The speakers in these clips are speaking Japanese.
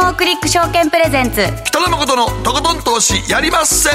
GMO クリック証券プレゼンツ北野誠のとことん投資やりまっせ。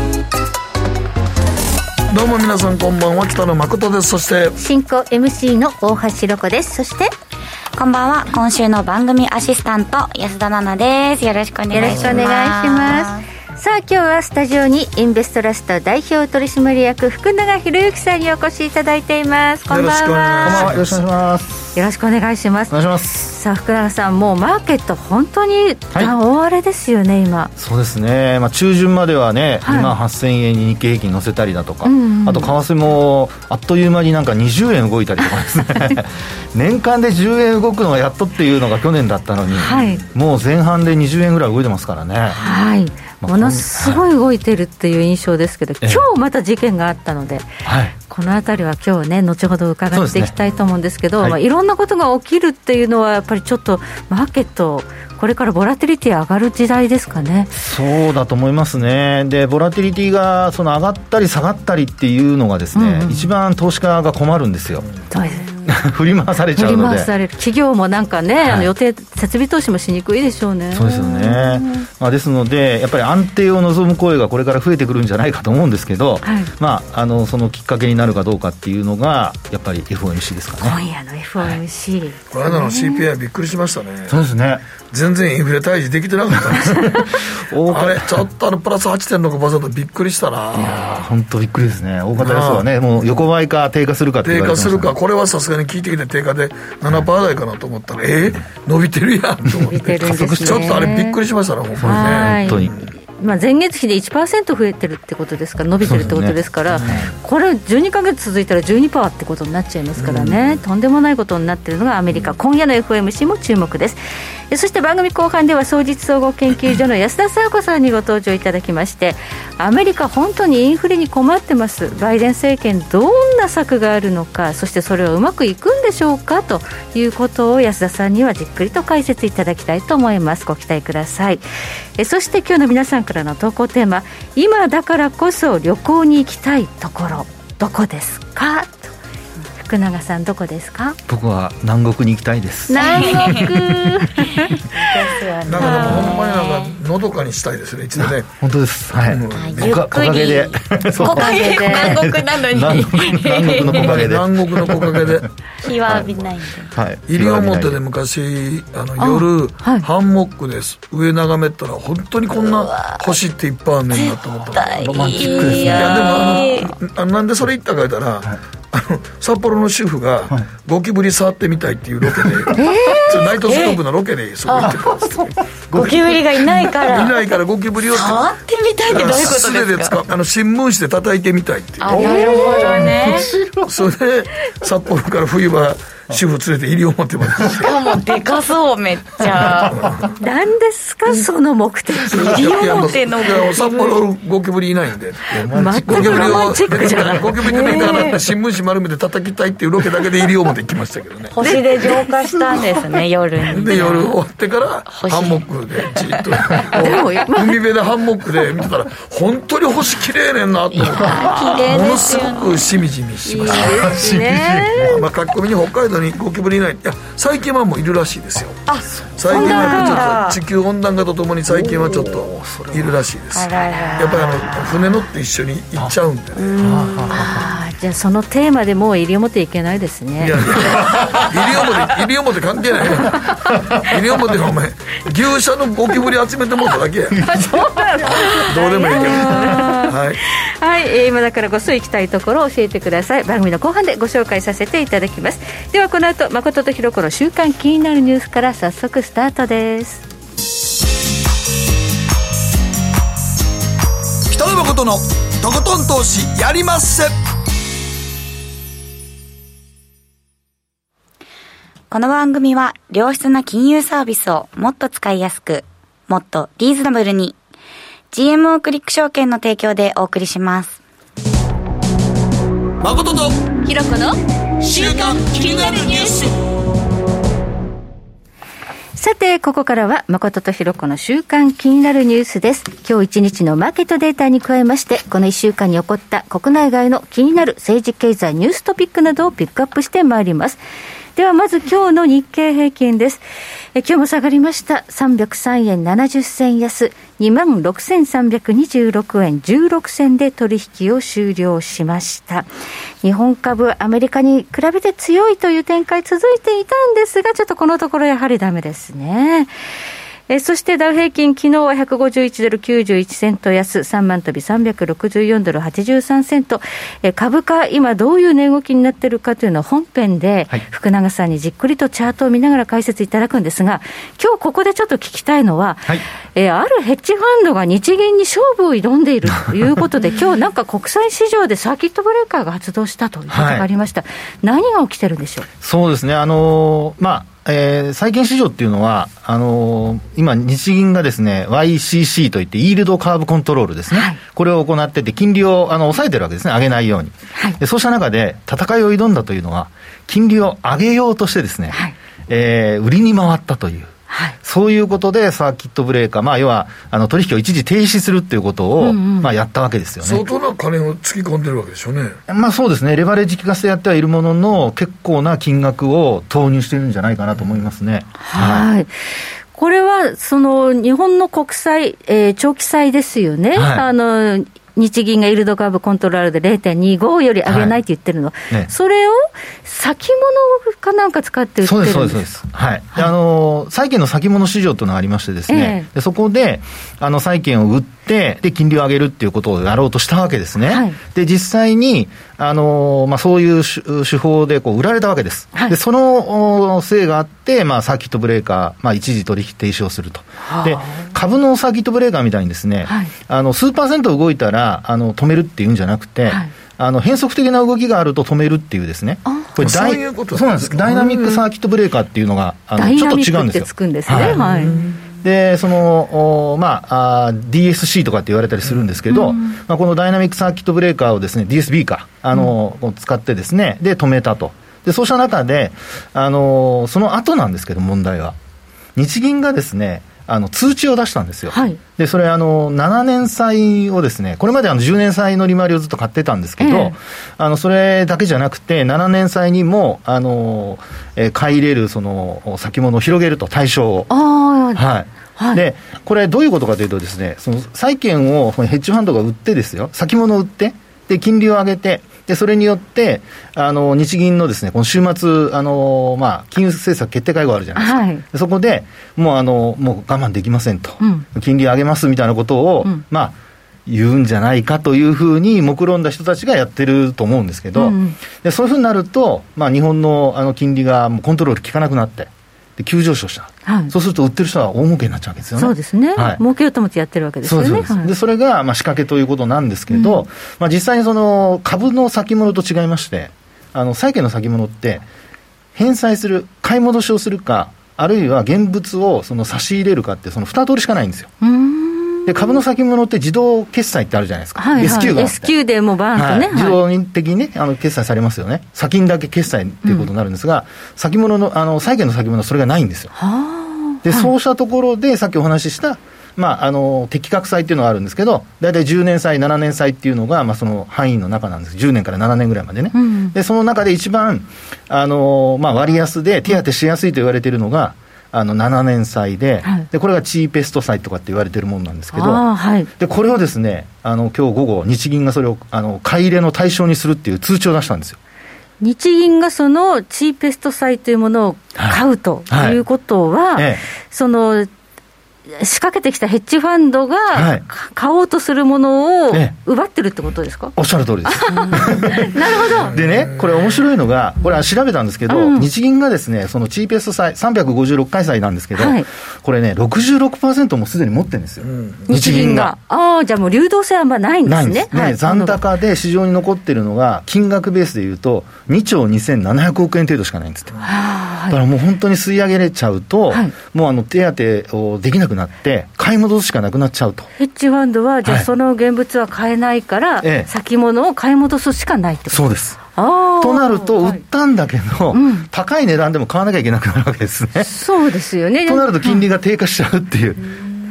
どうも皆さんこんばんは、北野誠です。そして進行 MC の大橋ロコです。そしてこんばんは、今週の番組アシスタント安田奈々です。よろしくお願いします。 よろしくお願いします。さあ今日はスタジオにインベストラスト代表取締役福永博之さんにお越しいただいています。こんばんは。 よろしくお願いします。 よろしくお願いします。 お願いします。 さあ福永さん、もうマーケット本当に大荒れですよね、今。 そうですね、中旬まではね、2万8000円に日経平均乗せたりだとか、あと為替もあっという間になんか20円動いたりとかですね年間で10円動くのがやっとっていうのが去年だったのに、もう前半で20円ぐらい動いてますからね。はい、 ものすごい動いてるっていう印象ですけど、今日また事件があったので、このあたりは今日ね後ほど伺っていきたいと思うんですけど、いろんなことが起きるっていうのはやっぱりちょっとマーケットこれからボラティリティ上がる時代ですかね。 そうだと思いますね。でボラティリティがその上がったり下がったりっていうのがですね、一番投資家が困るんですよ。 そうです振り回されちゃうので、 振り回される企業もなんかね、予定設備投資もしにくいでしょうね。 そうですよね。ですのでやっぱり安定を望む声がこれから増えてくるんじゃないかと思うんですけど、そのきっかけになるかどうかっていうのがやっぱり FOMC ですかね。 今夜の FOMC、 この間の CPI びっくりしましたね。 そうですね、 全然インフレ退治できてなかったんですあれちょっとプラス 8.6% びっくりしたな。 いや本当びっくりですね。大方予想はね、もう横ばいか低下するかって言われてました、ね、 低下するか、これはさすがに聞いてきて低下で 7% 台かなと思ったら、伸びてるやんと思って伸びてるんですね。 ちょっとあれびっくりしましたね、ほんまにね。 本当に前月比で 1% 増えてるってことですから、伸びてるってことですから、これ12ヶ月続いたら 12% ってことになっちゃいますからね、とんでもないことになってるのがアメリカ。今夜の FOMC も注目です。そして番組後半では双日総合研究所の安田佐和子さんにご登場いただきまして、アメリカ本当にインフレに困ってます、バイデン政権どんな策があるのか、そしてそれはうまくいくんでしょうかということを安田さんにはじっくりと解説いただきたいと思います。ご期待ください。そして今日の皆さんからの投稿テーマ、今だからこそ旅行に行きたいところどこですかと。福永さんどこですか。 僕は南国に行きたいです。 南国ですよね。 なんかでもほんまになんかのどかにしたいですね、一度ね。 本当です、はい、 ゆっくり木陰で南国なのに南国の木陰で南国の木陰で日は浴びないんで、 西表で昔夜ハンモックです。上眺めたら本当にこんな星っていっぱいあんねんなと思ったらロマンチックですね。いやでもなんでそれ言ったか言ったら、札幌の主婦がゴキブリ触ってみたいっていうロケで、ナイトスクープのロケでそこ行ってたんです。 ゴキブリがいないからゴキブリを触ってみたいってどういうことですか。 素手で新聞紙で叩いてみたいっていう。 なるほどね。 それで札幌から冬場主婦連れて西表まで。 しかもでかそう、めっちゃ。 何ですかその目的。 西表の札幌ゴキブリいないんで、 全くロマンチックじゃない。 ゴキブリでいかなって新聞紙丸めて叩きたいっていうロケだけで西表行きましたけどね。 星で浄化したんですね、夜に。 で夜終わってからハンモックでじっと海辺でハンモックで見てたら本当に星綺麗ねんなと思って、ものすごくしみじみしました。 いいですね。 書き込みに北海道にゴキブリいない。いや最近はもういるらしいですよ。最近はちょっと地球温暖化とともに最近はちょっといるらしいです。やっぱり船乗って一緒に行っちゃうんでね。 じゃあそのテーマでもう西表行けないですね。 いや西表関係ないよ。西表はお前牛舎のゴキブリ集めてもらっただけや。どうでもいいけど。 はい、今だからこそ行きたいところを教えてください。番組の後半でご紹介させていただきます。ではこの後誠とひろ子の週刊気になるニュースから早速スタートです。 北野誠のとことん投資やりまっせ。 この番組は良質な金融サービスをもっと使いやすく、もっとリーズナブルに GMO クリック証券の提供でお送りします。 誠とひろこの週刊気になるニュース。 さてここからは誠とひろこの週刊気になるニュースです。今日一日のマーケットデータに加えまして、この1週間に起こった国内外の気になる政治経済ニューストピックなどをピックアップしてまいります。 ではまず今日の日経平均です。今日も下がりました。303円70銭安、26,326円16銭で取引を終了しました。日本株アメリカに比べて強いという展開続いていたんですが、ちょっとこのところやはりダメですね。そしてダウ平均、昨日は151ドル91セント安、3万飛び364ドル83セント。株価、今どういう値動きになっているかというのを本編で、福永さんにじっくりとチャートを見ながら解説いただくんですが、今日ここでちょっと聞きたいのは、あるヘッジファンドが日銀に勝負を挑んでいるということで、今日なんか国際市場でサーキットブレーカーが発動したということがありました。何が起きてるんでしょう。 そうですね。債券市場っていうのは今日銀がですね YCC といってイールドカーブコントロールですね、これを行ってて金利を抑えてるわけですね、上げないように、でそうした中で戦いを挑んだというのは金利を上げようとしてですね、売りに回ったという、そういうことでサーキットブレーカー、要は取引を一時停止するっていうことを、やったわけですよね。 相当な金を突き込んでるわけでしょうね。 そうですね。レバレッジ効かせてやってはいるものの結構な金額を投入しているんじゃないかなと思いますね。 これはその日本の国債、長期債ですよね。日銀がイールドカーブコントロールで 0.25 より上げないって言ってるの、それを先物かなんか使って売ってるんです。 そうです。債券の先物市場というのがありましてですね、でそこで債券を売ってで金利を上げるっていうことをやろうとしたわけですね。で実際にそういう手法でこう売られたわけです。でそのせいがあって、サーキットブレーカー、一時取引停止をすると。で株のサーキットブレーカーみたいにですね、数パーセント動いたら止めるっていうんじゃなくて、変則的な動きがあると止めるっていうですね、これそういうことなんですか。ダイナミックサーキットブレーカーっていうのがちょっと違うんですよ。ダイナミックってつくんですね。で DSC とかって言われたりするんですけど、このダイナミックサーキットブレーカーをですね DSB か使ってですね、で止めたと。でそうした中でその後なんですけど、問題は日銀がですね通知を出したんですよ。でそれ7年債をですね、これまで10年債の利回りをずっと買ってたんですけど、それだけじゃなくて7年債にも買い入れるその先物を広げると、対象を。でこれどういうことかというとですね、その債券をヘッジファンドが売ってですよ、先物を売ってで金利を上げて、でそれによって日銀のですねこの週末金融政策決定会合あるじゃないですか、でそこでもう我慢できませんと、金利上げますみたいなことを、言うんじゃないかというふうに目論んだ人たちがやってると思うんですけど、でそういうふうになると、日本の金利がもうコントロール効かなくなってで急上昇した、そうすると売ってる人は大儲けになっちゃうわけですよね。 そうですね、儲けようと思ってやってるわけですよね。 でそれが仕掛けということなんですけど、実際にその株の先物と違いまして、債券の先物って返済する、買い戻しをするか、あるいは現物を差し入れるかって、その2通りしかないんですよ。で株の先物って自動決済ってあるじゃないですか、S q があって S q でもうバーンとね、 自動的にね決済されますよね。先だけ決済っていうことになるんですが、先物の債券の先物はそれがないんですよ。でそうしたところでさっきお話しした適格債っていうのがあるんですけど、だいたい10年債7年債っていうのがその範囲の中なんです。10年から7年ぐらいまでね、でその中で一番割安で手当てしやすいと言われているのが7年債 でこれがチーペスト債とかって言われてるものなんですけど、でこれをですね今日午後日銀がそれを買い入れの対象にするっていう通知を出したんですよ。 日銀がそのチーペスト債というものを買うということは、その仕掛けてきたヘッジファンドが買おうとするものを奪ってるってことですか。 おっしゃる通りですなるほど。 でね、これ面白いのが、これは調べたんですけど、日銀がですねそのチーペスト債356回債なんですけど、これね 66% もすでに持ってるんですよ、日銀が。 じゃあもう流動性はあんまないんですね。 残高で市場に残ってるのが金額ベースでいうと2兆2700億円程度しかないんですって。だからもう本当に吸い上げれちゃうと、もう手当をできなくなって買い戻すしかなくなっちゃうと。 ヘッジファンドはじゃあその現物は買えないから、先物を買い戻すしかないってこと。 そうです。となると売ったんだけど、高い値段でも買わなきゃいけなくなるわけですね。 そうですよね。 となると金利が低下しちゃうっていう、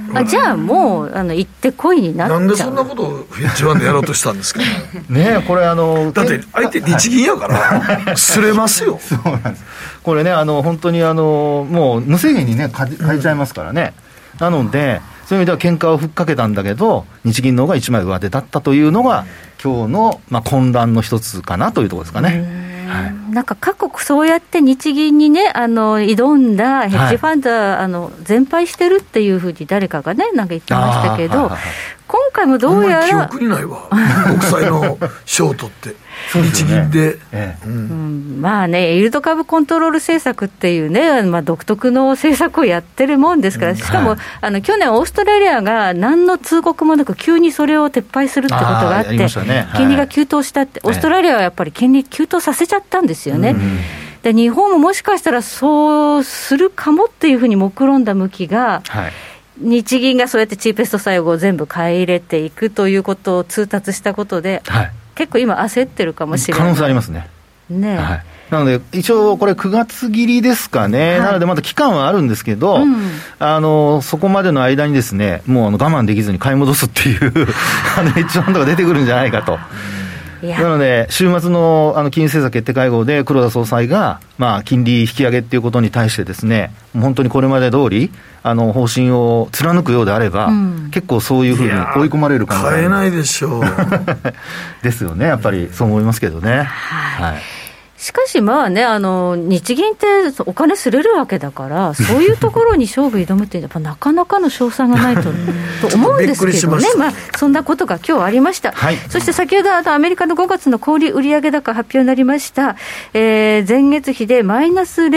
じゃあもう行ってこいになっちゃう。 なんでそんなことをヘッジファンでやろうとしたんですかね。これだって相手日銀やからすれますよ。 そうなんです。これね本当にもう無制限にね買えちゃいますからね、なのでそういう意味では喧嘩をふっかけたんだけど日銀の方が一枚上手だったというのが今日の、混乱の一つかなというところですかね。はい、なんか各国そうやって日銀にね挑んだヘッジファンドは、全敗してるっていうふうに誰かがねなんか言ってましたけど、今回もどうやら記憶にないわ国債のショートって日銀で、 まあねイールド株コントロール政策っていうね、独特の政策をやってるもんですから、しかも、去年オーストラリアが何の通告もなく急にそれを撤廃するってことがあって、金利が急騰したって、オーストラリアはやっぱり金利急騰させちゃったんですよね。で日本ももしかしたらそうするかもっていうふうに目論んだ向きが、日銀がそうやってチーペスト債を全部買い入れていくということを通達したことで、結構今焦ってるかもしれない。 可能性ありますね。なので一応これ9月切りですかね、なのでまだ期間はあるんですけど、そこまでの間にですねもう我慢できずに買い戻すっていうヘッジファンドが出てくるんじゃないかと。なので週末の金融政策決定会合で黒田総裁が、金利引き上げっていうことに対してですね本当にこれまで通り方針を貫くようであれば、結構そういうふうに追い込まれる可能性買えないでしょうですよね。やっぱりそう思いますけどね。 しかし日銀ってお金すれるわけだからそういうところに勝負挑むってやっぱなかなかの勝算がないと思うんですけどね。そんなことが今日ありました。そして先ほどアメリカの5月の小売売上高発表になりました。前月比でマイナス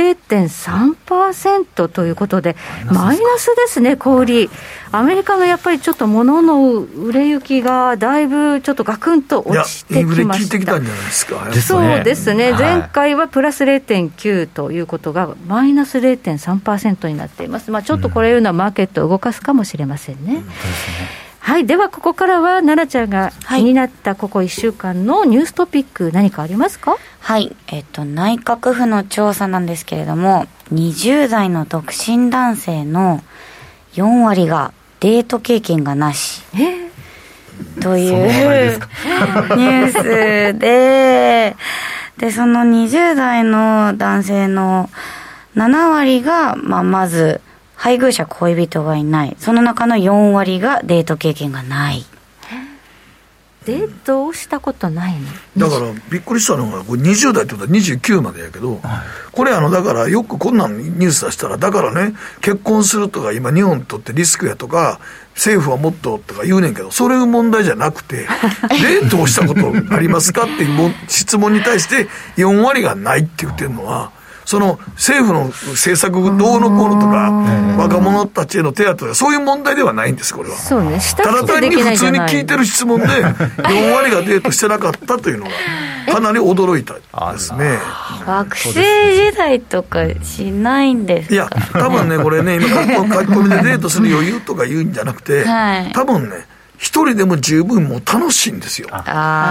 0.3% ということでマイナスですね。小売アメリカのやっぱりちょっと物の売れ行きがだいぶちょっとガクンと落ちてきました。インフレ効いてきたんじゃないですか。そうですね、前回はプラス 0.9 ということがマイナス 0.3% になっています。ちょっとこれいうのはマーケットを動かすかもしれませんね。ではここからは奈々ちゃんが気になったここ1週間のニューストピック何かありますか？ 内閣府の調査なんですけれども、20代の独身男性の4割がデート経験がなしというニュースで、その20代の男性の7割が、まず配偶者恋人がいない、その中の4割がデート経験がない。 デートをしたことないの？ だからびっくりしたのがこれ20代ってことは29までやけど、これだからよくこんなんニュース出したら、だからね結婚するとか今日本にとってリスクやとか政府はもっととか言うねんけど、それが問題じゃなくてデートをしたことありますかっていう質問に対して4割がないって言ってるのは、その政府の政策どうのこうのとか若者たちへの手当とかそういう問題ではないんです。これはそうね、 ただ単に普通に聞いてる質問で4割がデートしてなかったというのがかなり驚いたですね。 学生時代とかしないんですか？ いや多分ねこれね今書き込みでデートする余裕とか言うんじゃなくて、多分ね一人でも十分もう楽しいんですよ。もう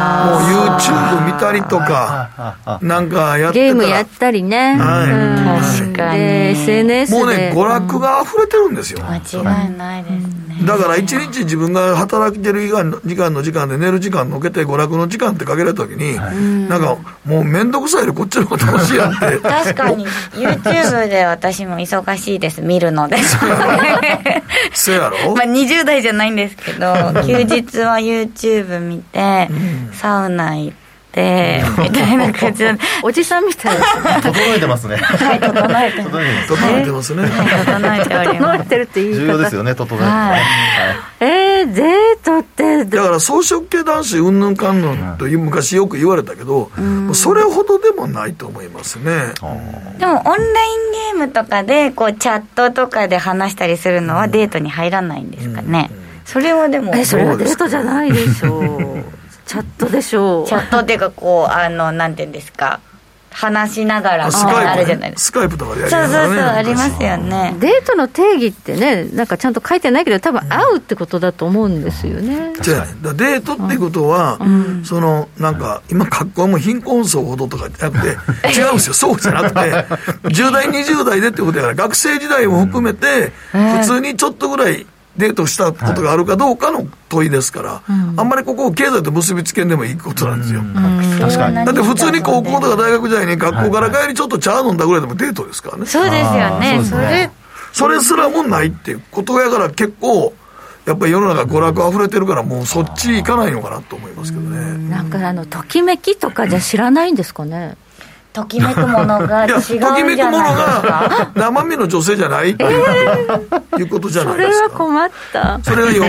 YouTube 見たりとかなんかやってたらゲームやったりね、確かに SNS でもうね娯楽が溢れてるんですよ。 間違いないですね。 だから一日自分が働いてる時間の時間で寝る時間のけて娯楽の時間ってかけるときに、なんかもうめんどくさいよりこっちの方が楽しいやんって確かに YouTube で私も忙しいです見るのでそうやろ 20代じゃないんですけど休日は YouTube 見て、サウナ行ってみたいな感じでおじさんみたいですね。 整えてますね。 はい整えてますね。 整えてるって言い方重要ですよね。整えてデートってだから草食系男子うんぬんかんぬんという昔よく言われたけど、それほどでもないと思いますね。 でもオンラインゲームとかでこうチャットとかで話したりするのはデートに入らないんですかね？それはでもそれはデートじゃないでしょうチャットでしょう。 チャットっていうかこうなんていうんですか、話しながらあるじゃないですか。 スカイプとかでやりながらね。 そうありますよね。 デートの定義ってねなんかちゃんと書いてないけど多分会うってことだと思うんですよね。 じゃあデートってことは、そのなんか今格好も貧困層ほどとかじゃなくて違うんですよ。そうじゃなくて10代20代でってことだから学生時代も含めて普通にちょっとぐらいデートしたことがあるかどうかの問いですから、あんまりここを経済と結びつけんでもいいことなんですよ。 確かに。 だって普通に高校とか大学時代に学校から帰りちょっと茶飲んだぐらいでもデートですからね。 そうですよね。 それすらもないっていうことやから、結構やっぱり世の中娯楽あふれてるから、もうそっち行かないのかなと思いますけどね。 なんかときめきとかじゃ知らないんですかね。 ときめくものが違うんじゃないですか。ときめくものが生身の女性じゃないっていうことじゃないですか。 それは困った。 それは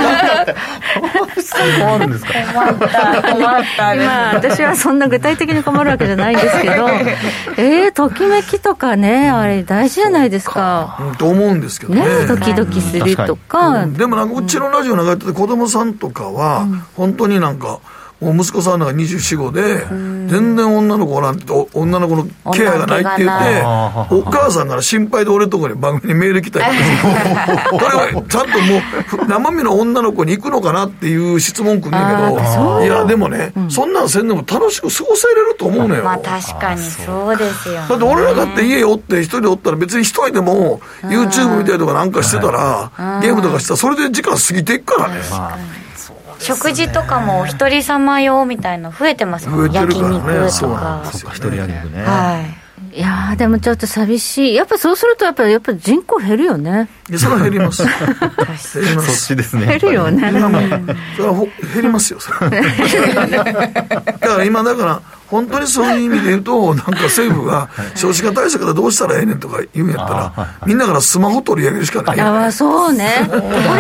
困るんですか。 困った今私はそんな具体的に困るわけじゃないんですけどときめきとかね、あれ大事じゃないですか。 と思うんですけどね。 ドキドキするとか、 でもなんかうちのラジオ流れてて子供さんとかは、本当になんかもう息子さんなんか24、5で、全然女の子おらんって、女の子のケアがないって言って、お母さんから心配で俺のところに番組にメール来たりこれはちゃんともう生身の女の子に行くのかなっていう質問くんだけど、いやでもね、そんなんせんでも楽しく過ごせれると思うのよ。 まあ確かにそうですよね。 だって俺らだって家おって一人でおったら、別に一人でも YouTube 見たりとかなんかしてたら、ゲームとかしたらそれで時間過ぎていくからね。 食事とかもお一人様用みたいな増えてますもん、焼肉とか。 そうか、一人焼肉ね。 いやでもちょっと寂しい。やっぱそうするとやっぱ人口減るよね。 それは減ります。減ります。そっちですね。 減るよね。 それは減りますよ。それだから今だから本当にそういう意味で言うと、なんか政府が少子化対策でどうしたらええねんとか言うんやったら、みんなからスマホ取り上げるしかない。 ああそうね。これがあるから。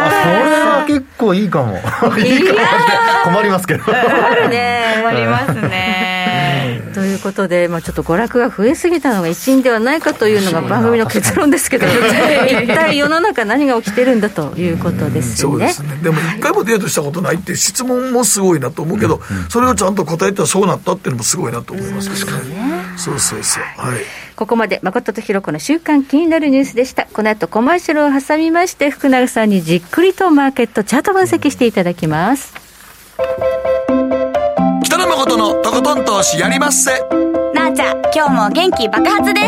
それは結構いいかも。いいかも。困りますけど。 困るね。 困りますね。 ということで、ちょっと娯楽が増えすぎたのが一因ではないかというのが番組の結論ですけど、一体世の中何が起きてるんだということですね。 そうですね。でも一回もデートしたことないって質問もすごいなと思うけど、それをちゃんと答えたらそうなったっていうのもすごいなと思いますけどね。そうそうそう。はい。 ここまで誠とひろ子の週刊気になるニュースでした。この後コマーシャルを挟みまして、福永さんにじっくりとマーケットチャート分析していただきます。 北野誠のとことん投資やりまっせ。 なあちゃん、今日も元気爆発です。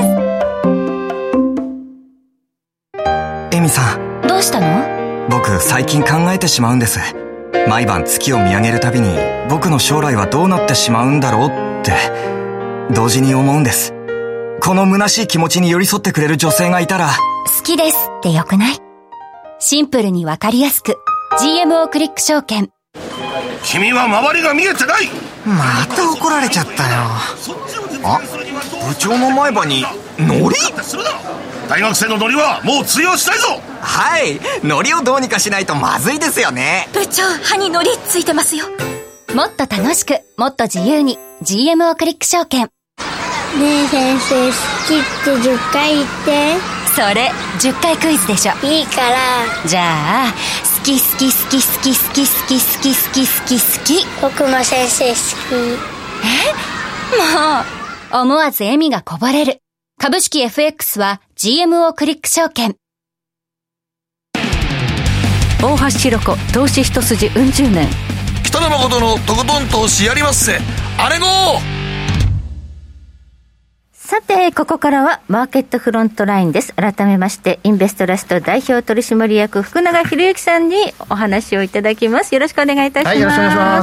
エミさん、 どうしたの？ 僕最近考えてしまうんです。毎晩月を見上げるたびに、僕の将来はどうなってしまうんだろうって同時に思うんです。この虚しい気持ちに寄り添ってくれる女性がいたら。 好きですってよくない？シンプルにわかりやすく GMO クリック証券。 君は周りが見えてない。 また怒られちゃったよ。あ、部長の前歯にノリ？ 大学生のノリはもう通用したいぞ。 はい、ノリをどうにかしないとまずいですよね。 部長、歯にノリついてますよ。もっと楽しく、もっと自由に GMO クリック証券。 ねえ先生、好きって10回言って。 それ10回クイズでしょ。 いいから。 じゃあ、好き好き好き好き好き好き好き好き好き好き。 僕も先生好き。 もう思わず笑みがこぼれる。株式 FX は GMO クリック証券。 大橋ひろ子投資一筋うん十年。 北野誠のとことん投資やりまっせ。あれごー。 さて、ここからはマーケットフロントラインです。改めまして、インベストラスト代表取締役福永博之さんにお話をいただきます。よろしくお願いいたします。 はい、よろしくお願いします。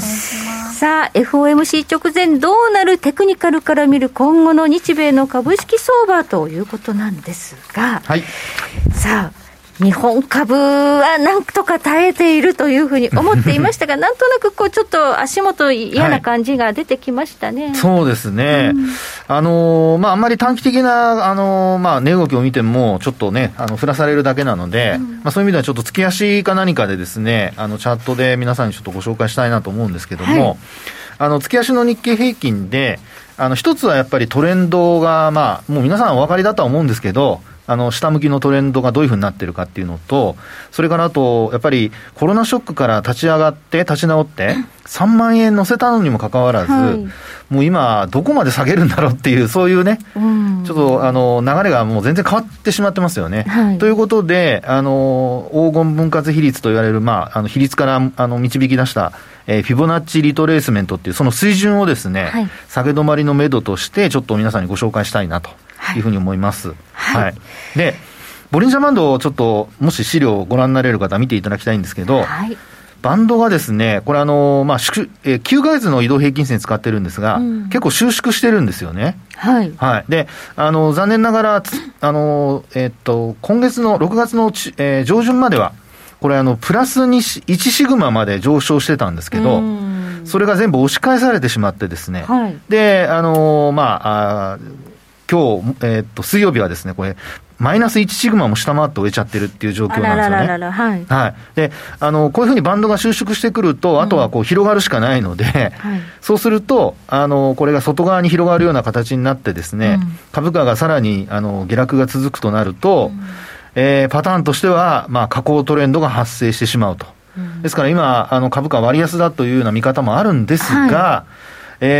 さあ、 FOMC 直前どうなる、テクニカルから見る今後の日米の株式相場ということなんですが、 はい、 さあ日本株はなんとか耐えているというふうに思っていましたがなんとなくこうちょっと足元嫌な感じが出てきましたね、はい、 そうですね、あんまり短期的な値動きを見てもちょっとね振らされるだけなので、そういう意味ではちょっと月足か何かでですねチャットで皆さんにちょっとご紹介したいなと思うんですけども、はい、月足の日経平均で一つはやっぱりトレンドがもう皆さんお分かりだとは思うんですけど下向きのトレンドがどういうふうになっているかっていうのと、それからあとやっぱりコロナショックから立ち上がって立ち直って3万円乗せたのにもかかわらず、はい、もう今どこまで下げるんだろうっていうそういうね、ちょっと流れがもう全然変わってしまってますよね、はい、ということで黄金分割比率といわれる、比率から導き出したフィボナッチリトレースメントっていうその水準をですね、はい、下げ止まりの目処としてちょっと皆さんにご紹介したいなというふうに思います、はいはい、でボリンジャーバンドをちょっともし資料をご覧になれる方見ていただきたいんですけど、はい、バンドがですね、これ9ヶ月の移動平均線使ってるんですが、結構収縮してるんですよね。はい。はい。で、残念ながら、今月の6月の、上旬までは、これプラス1シグマまで上昇してたんですけど、それが全部押し返されてしまってですね、はい、で、今日、水曜日はですね、これ、マイナス1シグマも下回って終えちゃってるっていう状況なんですよね。はい。はい。で、こういうふうにバンドが収縮してくると、あとはこう広がるしかないので、はい、そうすると、これが外側に広がるような形になってですね、株価がさらに、下落が続くとなると、パターンとしては、下降トレンドが発生してしまうと。ですから今、株価割安だというような見方もあるんですが、はい、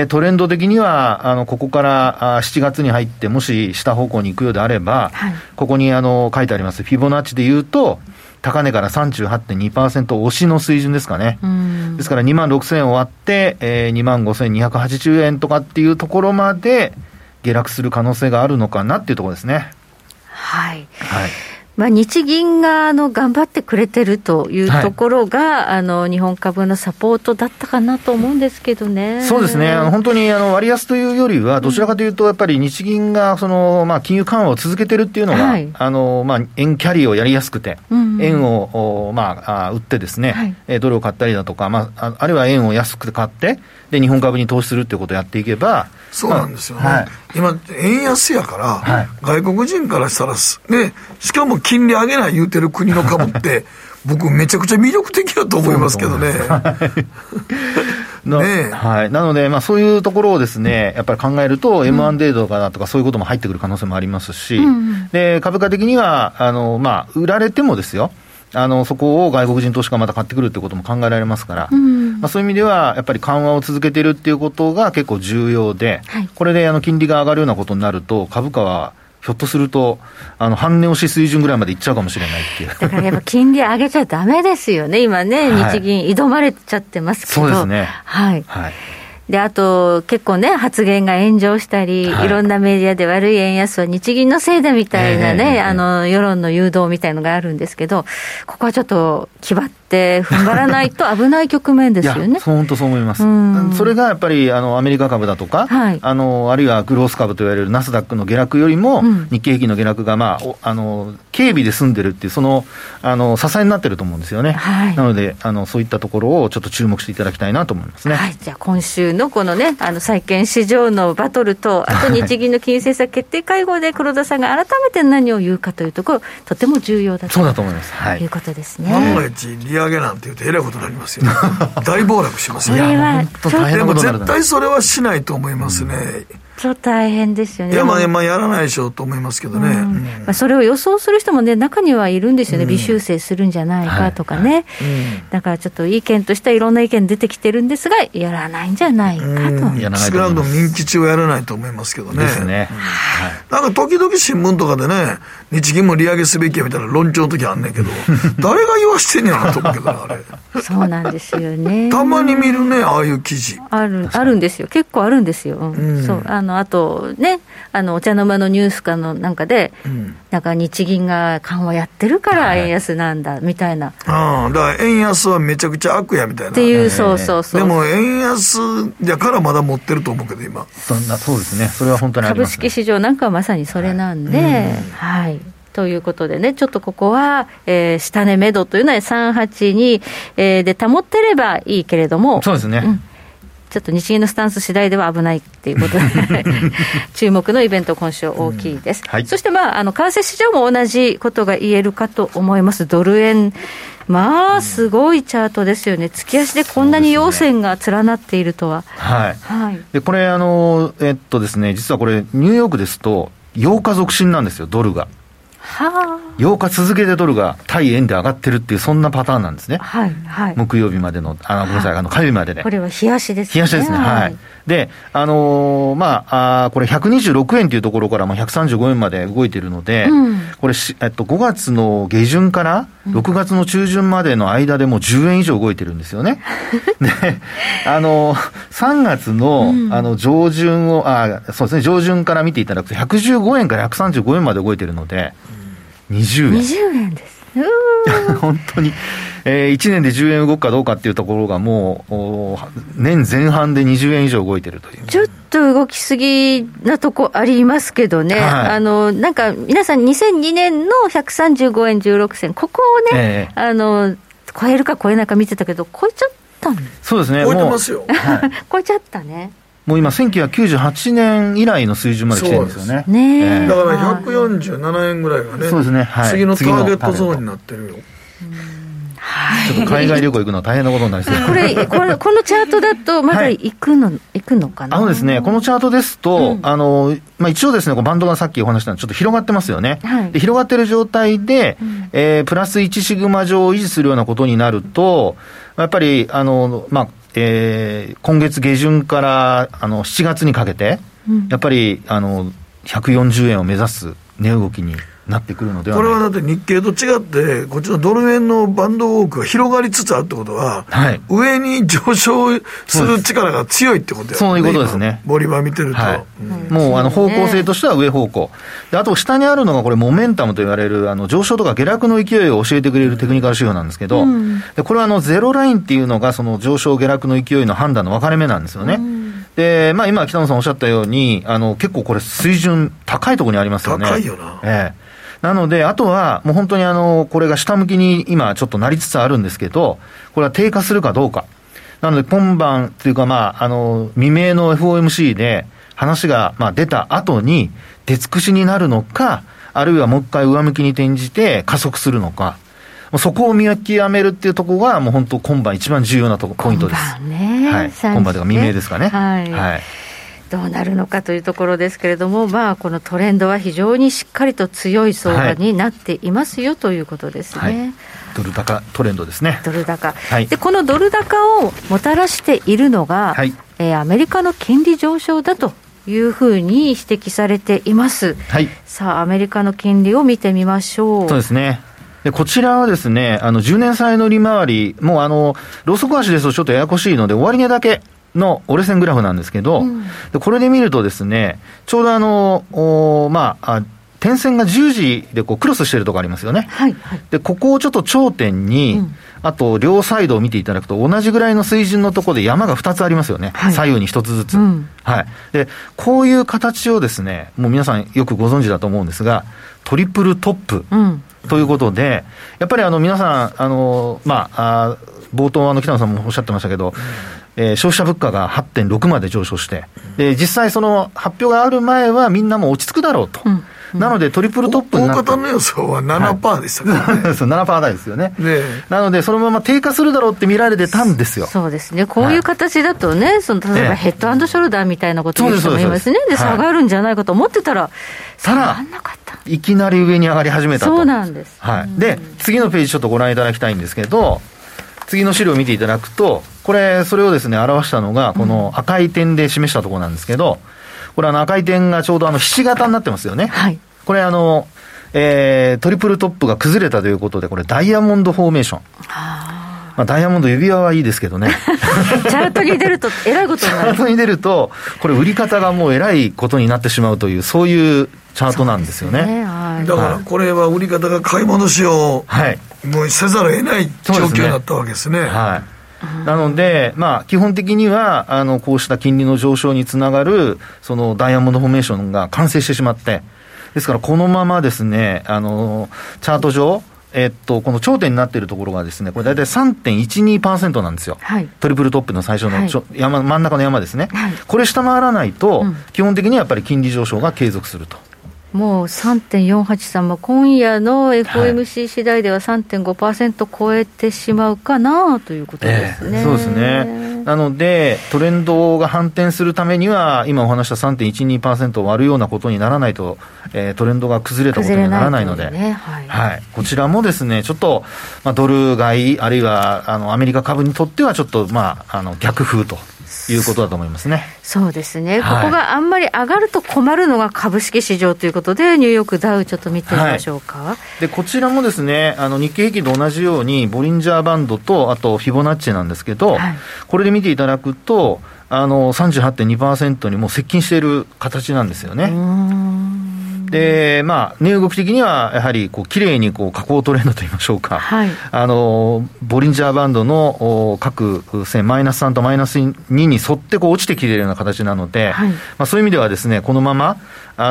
トレンド的には、ここから7月に入って、もし下方向に行くようであれば、はい、ここに書いてあります、フィボナッチで言うと、高値から 38.2% 押しの水準ですかね。ですから2万6000円終わって、2万5280円とかっていうところまで下落する可能性があるのかなっていうところですね。 はい。はい。日銀が頑張ってくれてるというところが、はい、日本株のサポートだったかなと思うんですけどね。 そうですね。本当に割安というよりは、どちらかというと、やっぱり日銀が金融緩和を続けてるっていうのが、はい、円キャリーをやりやすくて、円を売ってですね、はい、ドルを買ったりだとか、あるいは円を安く買って、で日本株に投資するっていうことをやっていけば、 そうなんですよね。はい、今円安やから、はい、外国人からしたらでしかも金利上げない言うてる国の株って僕めちゃくちゃ魅力的だと思いますけどね。 ねはい、なので、そういうところをですね、やっぱり考えると、M&A とかそういうことも入ってくる可能性もありますし、で株価的には売られてもですよ、そこを外国人投資家がまた買ってくるってことも考えられますから、そういう意味ではやっぱり緩和を続けているっていうことが結構重要で、はい、これで金利が上がるようなことになると、株価はひょっとすると半値押し水準ぐらいまでいっちゃうかもしれないっていう。 だからやっぱ金利上げちゃダメですよね今ね、はい、日銀挑まれちゃってますけど。 そうですね。 はい、はい。であと結構ね発言が炎上したり、はい、いろんなメディアで悪い円安は日銀のせいだみたいなね、世論の誘導みたいのがあるんですけど、ここはちょっと気張って踏ん張らないと危ない局面ですよね。 いや本当そう思います。それがやっぱりアメリカ株だとか、はい、あるいはグロース株といわれるナスダックの下落よりも、日経平均の下落が軽微で済んでるっていう支えになってると思うんですよね。はい、なのでそういったところをちょっと注目していただきたいなと思いますね。 はい、じゃあ今週のこのね債券市場のバトルと、あと日銀の金融政策決定会合で黒田さんが改めて何を言うかというところ、とても重要だと。 そうだと思います。はい、 いうことですね。 万が一利上げなんて言うとえらいことになりますよ。大暴落しますよ。 これはでも絶対それはしないと思いますね。 ちょっと大変ですよね。 いややらないでしょうと思いますけどね。 それを予想する人もね中にはいるんですよね。微修正するんじゃないかとかね。だからちょっと意見としてはいろんな意見出てきてるんですが、やらないんじゃないかと。 少なくとも任期中はやらないと思いますけどね。 ですね。 なんか時々新聞とかでね、日銀も利上げすべきやみたいな論調の時あんねんけど誰が言わしてんやろと思うけどあれ。 そうなんですよね。 たまに見るね、ああいう記事あるんですよ。結構あるんですよ。そうあとね、お茶の間のニュースかのなんかで、なんか日銀が緩和やってるから円安なんだみたいな、 だから円安はめちゃくちゃ悪やみたいなっていう、そうでも円安やからまだ持ってると思うけど今そうですね。それは本当にありますね。 株式市場なんかはまさにそれなんで、はい、ということでね、ちょっとここは、下値目処というのは382、で保ってればいいけれども、 そうですね、 ちょっと日銀のスタンス次第では危ないっていうことで注目のイベント今週大きいです、はい、そして為替市場も同じことが言えるかと思います。ドル円すごいチャートですよね。月足でこんなに陽線が連なっているとは、 はいはい、でこれですね、実はこれニューヨークですと8日続伸なんですよ、ドルが。8日続けてドルが対円で上がってるっていう、そんなパターンなんですね。はいはい、木曜日までのごめんなさい、火曜日までで。 これは冷やしですね。 冷やしですね。はい。でこれ126円というところから135円まで動いているので、これ5月の下旬から6月の中旬までの間でもう10円以上動いてるんですよね。で3月の、上旬をそうですね、上旬から見ていただくと115円から135円まで動いてるので、 20円。 20円です。 本当に、1年で10円動くかどうかっていうところがもう年前半で20円以上動いてるという。 ちょっと動きすぎなとこありますけどね、はい、なんか皆さん2002年の135円16銭ここをね、超えるか超えないか見てたけど超えちゃったんです。 そうですね、 超えてますよ、 はい、超えちゃったね。 もう今1998年以来の水準まで来てるんですよね。 だから147円ぐらいがね、 そうですね、はい、 次のターゲットゾーンになってるよ。 ちょっと海外旅行行くのは大変なことになりそうです。 このチャートだとまだ行くのかな。 ですね、このチャートですと、一応ですね、バンドがさっきお話したのちょっと広がってますよね。はい、で広がってる状態で、プラス1シグマ上を維持するようなことになると、やっぱり今月下旬から7月にかけて、やっぱり140円を目指す値動きになってくるのではないか。 これはだって日経と違ってこっちのドル円のバンドウォークが広がりつつあるってことは、はい、上に上昇する力が強いってことだよね。 そういうことですね。 ボリバー見てると、はい、 もう方向性としては上方向で、あと下にあるのがこれモメンタムと言われる上昇とか下落の勢いを教えてくれるテクニカル指標なんですけど、でこれはゼロラインっていうのがその上昇下落の勢いの判断の分かれ目なんですよね。で今北野さんおっしゃったように結構これ水準高いところにありますよね。 高いよな。 なので、あとはもう本当にこれが下向きに今ちょっとなりつつあるんですけど、これは低下するかどうか。なので今晩というか未明の FOMC で話が出た後に出尽くしになるのか、あるいはもう一回上向きに転じて加速するのか。そこを見極めるっていうところがもう本当今晩一番重要なポイントです。はい。今晩というか未明ですかね。 はい。はい。どうなるのかというところですけれども、このトレンドは非常にしっかりと強い相場になっていますよということですね。はい、 ドル高トレンドですね。 ドル高、はい、でこのドル高をもたらしているのが、はい、アメリカの金利上昇だというふうに指摘されています。はい、さあアメリカの金利を見てみましょう。 そうですね。でこちらはですね、10年債の利回りもうローソク足ですとちょっとややこしいので終値だけの折れ線グラフなんですけど、でこれで見るとですね、ちょうど点線が十字でクロスしているところありますよね。はいはい、でここをちょっと頂点に、あと両サイドを見ていただくと同じぐらいの水準のところで山が2つありますよね。はい、左右に1つずつ、はい。でこういう形をですね、もう皆さんよくご存知だと思うんですが、トリプルトップということで、やっぱり皆さん冒頭北野さんもおっしゃってましたけど、消費者物価が 8.6 まで上昇して、で実際その発表がある前はみんなも落ち着くだろうと、なのでトリプルトップになって、 大方の予想は 7% でしたからね。 そう 7% 台ですよね。なのでそのまま低下するだろうって見られてたんですよ。 そうですね。こういう形だとね、例えばヘッド&ショルダーみたいなことを言う人もいますね。で下がるんじゃないかと思ってたら、下がんなかった。 いきなり上に上がり始めたと。 そうなんです。 はい。で次のページちょっとご覧いただきたいんですけど、次の資料を見ていただくと、それをですね表したのがこの赤い点で示したところなんですけど、これ赤い点がちょうどひし形になってますよね。はい。これトリプルトップが崩れたということで、これダイヤモンドフォーメーション。ダイヤモンド指輪はいいですけどね。 チャートに出るとえらいことになる。 チャートに出るとこれ売り方がもうえらいことになってしまうという、そういうチャートなんですよね。 だからこれは売り方が買い戻しをもうせざるを得ない状況になったわけですね。はい。 なので、基本的にはこうした金利の上昇につながるそのダイヤモンドフォーメーションが完成してしまって、ですからこのままですね、チャート上、この頂点になっているところがですね、これ大体 3.12% なんですよ。はい、トリプルトップの最初の真ん中の山ですね。はい、これ下回らないと、基本的にはやっぱり金利上昇が継続すると。 もう 3.483 も今夜の FOMC 次第では 3.5% 超えてしまうかなということですね。 そうですね。なのでトレンドが反転するためには今お話した 3.12% を割るようなことにならないと、トレンドが崩れたことにはならないので、こちらもですねちょっと、ドル買いあるいはアメリカ株にとってはちょっと、逆風ということだと思いますね。 そうですね、ここがあんまり上がると困るのが株式市場ということで、ニューヨークダウちょっと見てみましょうか。 でこちらもですね日経平均と同じようにボリンジャーバンドとあとフィボナッチなんですけど、これで見ていただくと38.2% にもう接近している形なんですよね。 で、値動き的にはやはり綺麗に下降トレンドといいましょうか、はい、ボリンジャーバンドの各線マイナス3とマイナス2に沿って落ちてきているような形なので、はい、そういう意味ではですね、このまま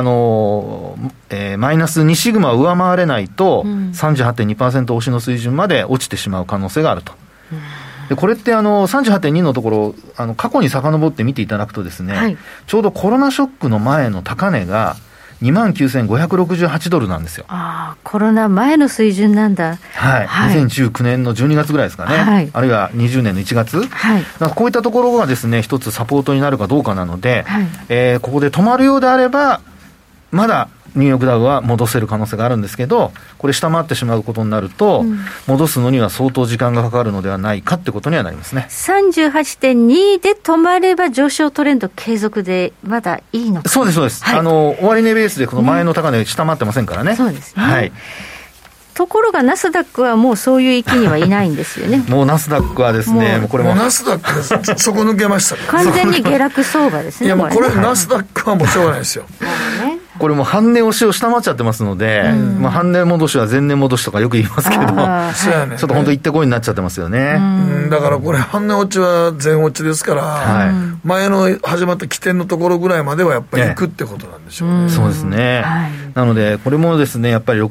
マイナス2シグマを上回れないと、38.2% 押しの水準まで落ちてしまう可能性があると。でこれって38.2 のところ過去に遡って見ていただくとですね、はい、ちょうどコロナショックの前の高値が29,568 ドルなんですよ。 コロナ前の水準なんだ。 はい、はい、2019年の12月ぐらいですかね、はい、あるいは20年の1月、はい、だからこういったところがですね一つサポートになるかどうかなので、はい、ここで止まるようであればまだニューヨークダウは戻せる可能性があるんですけど、これ下回ってしまうことになると、戻すのには相当時間がかかるのではないかってことにはなりますね。 38.2 で止まれば上昇トレンド継続でまだいいのか。 そうですそうです、はい、終値ベースでこの前の高値下回ってませんからね、 そうですね、 はい、 ところがナスダックはもうそういう域にはいないんですよねもうナスダックはですね、 これもナスダックそこ抜けましたね完全に下落相場ですね。 いやもうこれナスダックはもうしょうがないですよこれも半値押しを下回っちゃってますので、半値戻しは前値戻しとかよく言いますけど、 そうやね、 ちょっと本当行ってこいになっちゃってますよね。 だからこれ半値落ちは前落ちですから、はい、前の始まった起点のところぐらいまではやっぱり行くってことなんでしょうね。 そうですね、はい、なのでこれもですねやっぱり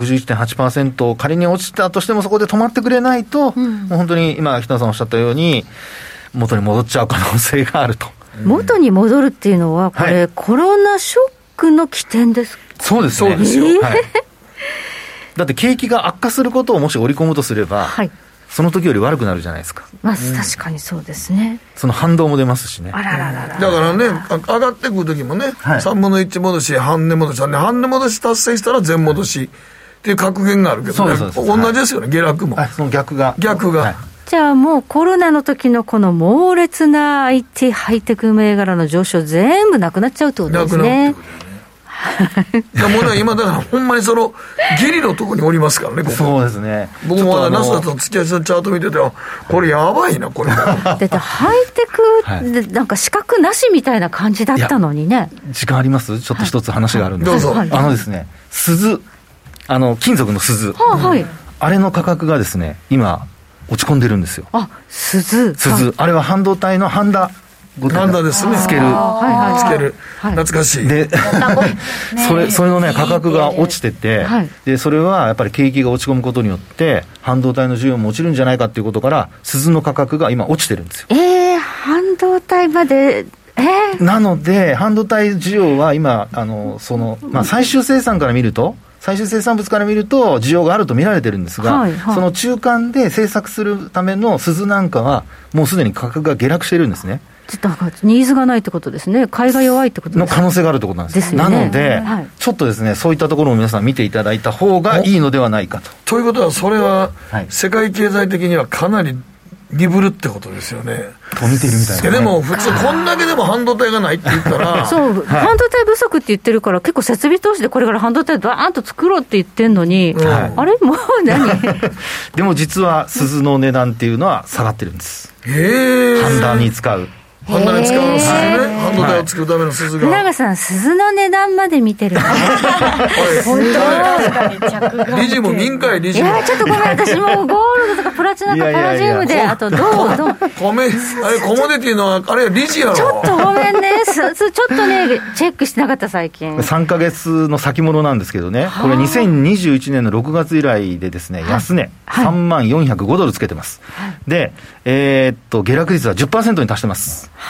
61.8% 仮に落ちたとしてもそこで止まってくれないと、もう本当に今北野さんおっしゃったように元に戻っちゃう可能性があると。 元に戻るっていうのはこれ、はい、コロナショックの起点ですか。 そうですね、そうですよ、はい、だって景気が悪化することをもし織り込むとすれば、はい、その時より悪くなるじゃないですか、 確かにそうですね。 その反動も出ますしね。 だからね上がってくる時もね、はい、3分の1戻し半値戻し半値戻し達成したら全戻しっていう格言があるけどね、同じですよね、下落も、はい、 その逆が、 はい、 じゃあもうコロナの時のこの猛烈な IT ハイテク銘柄の上昇全部なくなっちゃうってことですね。なくなるってことだよねいやもうね今だからほんまにそのギリのところにおりますからねここ。そうですね。僕もナスダと付き合いのチャート見ててこれやばいなこれだってハイテクでなんか資格なしみたいな感じだったのにね。 時間あります？ちょっと一つ話があるんです、はい、どうぞ。ですね、鈴金属の鈴、はい、あれの価格がですね今落ち込んでるんですよ。 鈴、 あれは半導体のハンダですね。 つける、 つける、懐かしい。 で、それのね価格が落ちてて、でそれはやっぱり景気が落ち込むことによって半導体の需要も落ちるんじゃないかっていうことから鈴の価格が今落ちてるんですよ。 半導体まで。 なので半導体需要は今最終生産から見ると。最終生産物から見ると需要があると見られてるんですが、その中間で製作するための鈴なんかはもうすでに価格が下落しているんですね。 だからニーズがないってことですね。買いが弱いってことですの可能性があるってことなんです。 ですよね。 なので、ちょっとですねそういったところを皆さん見ていただいた方がいいのではないかと。 ということはそれは世界経済的にはかなりリブルってことですよね。 と見てるみたいな、ね、 でも普通こんだけでも半導体がないって言ったらそう、半導体不足って言ってるから結構設備投資でこれから半導体バーンと作ろうって言ってんのに、あれもう何でも実は鈴の値段っていうのは下がってるんです。判断に使う半導体使う鈴ね、半導体を作るための鈴が。 船賀さん鈴の値段まで見てるね本当確かに着眼理事も民会理事も。 いやちょっとごめん私もゴールドとかプラチナとかパラジウムであと銅あれコモディティのあれ理事やろ。 ちょっとごめんねちょっとねチェックしてなかった最近。 3ヶ月の先物なんですけどね、これ2021年の6月以来でですね、安値3万405ドルつけてます、で下落率は 10% に達してます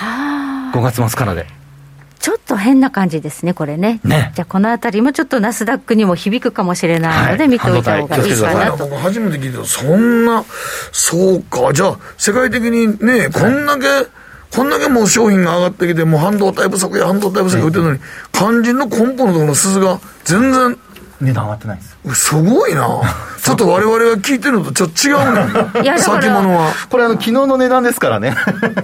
。5月末からでちょっと変な感じですねこれ ね。じゃあこのあたりもちょっとナスダックにも響くかもしれないので見ておいた方がいいかなと。 僕初めて聞いたそんなそうか。じゃあ世界的にねこんだけもう商品が上がってきてもう半導体不足言ってるのに肝心の根本のところの鈴が全然値段上がってないです。 すごいなちょっと我々が聞いてるのとちょっと違うね先物は。 これ昨日の値段ですからね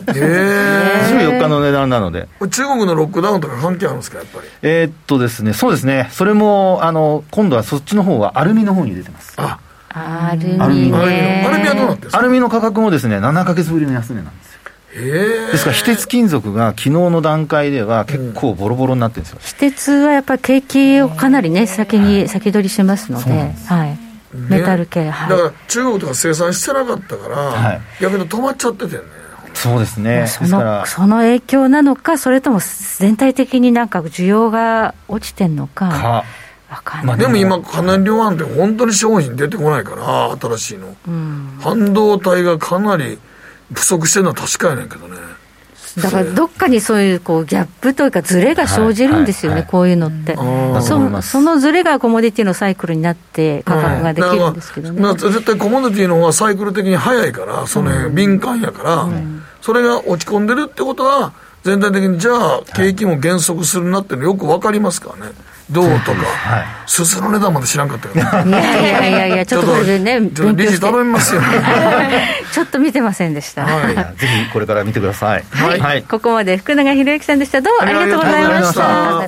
14日の値段なので。 中国のロックダウンとか関係あるんですかやっぱり。 ですね、そうですね。それも今度はそっちの方はアルミの方に出てます。 アルミはどうなってるんですか。 アルミの価格もですね7ヶ月ぶりの安値なんですよ。 ですから非鉄金属が昨日の段階では結構ボロボロになってるんですよ。 非鉄はやっぱり景気をかなりね先取りしますので、はい、メタル系、はい、 だから中国とか生産してなかったから、はい、逆に止まっちゃっててね。 そうですね。 その影響なのか、それとも全体的になんか需要が落ちてんのか分かんない。 でも今家電量販店本当に商品出てこないから新しいの、半導体がかなり不足してるのは確かやねんけどね。 だからどっかにそういうこうギャップというかズレが生じるんですよね、こういうのって。そのズレがコモディティのサイクルになって価格ができるんですけどね。 絶対コモディティの方がサイクル的に早いから、その敏感やから、それが落ち込んでるってことは全体的にじゃあ景気も減速するなっていうのよく分かりますからね。銅とか、すすの値段まで知らんかったよね。いやちょっとこれでね、 理事頼みますよちょっと見てませんでした、 はい、ぜひこれから見てください。 はい、ここまで福永博之さんでした。どうもありがとうございました。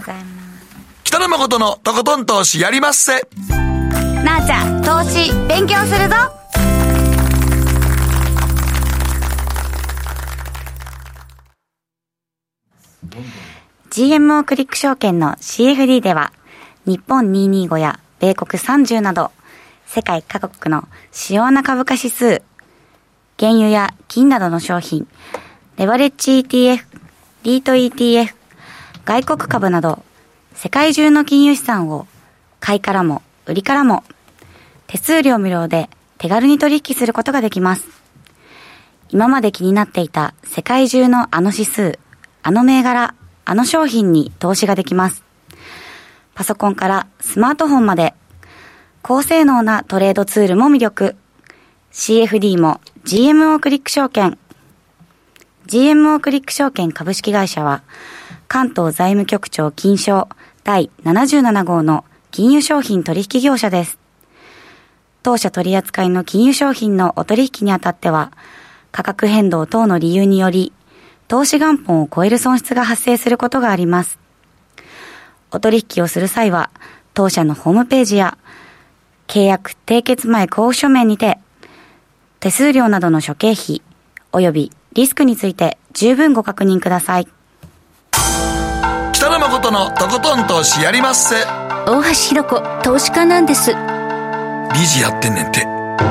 北野誠のとことん投資やりまっせ。 なあちゃん、投資勉強するぞ。GMO クリック証券の CFD では日本225や米国30など世界各国の主要な株価指数、原油や金などの商品、レバレッジ ETF、リート ETF、外国株など世界中の金融資産を買いからも売りからも手数料無料で手軽に取引することができます。今まで気になっていた世界中のあの指数、あの銘柄、あの商品に投資ができます。パソコンからスマートフォンまで高性能なトレードツールも魅力。CFD も GMO クリック証券。GMO クリック証券株式会社は関東財務局長金賞第77号の金融商品取引業者です。当社取扱いの金融商品のお取引にあたっては価格変動等の理由により投資元本を超える損失が発生することがあります。お取引をする際は、当社のホームページや、契約締結前交付書面にて、手数料などの諸経費、及びリスクについて十分ご確認ください。 北野誠のとことん投資やりまっせ。 大橋ひろ子、投資家なんです。 理事やってんねんて。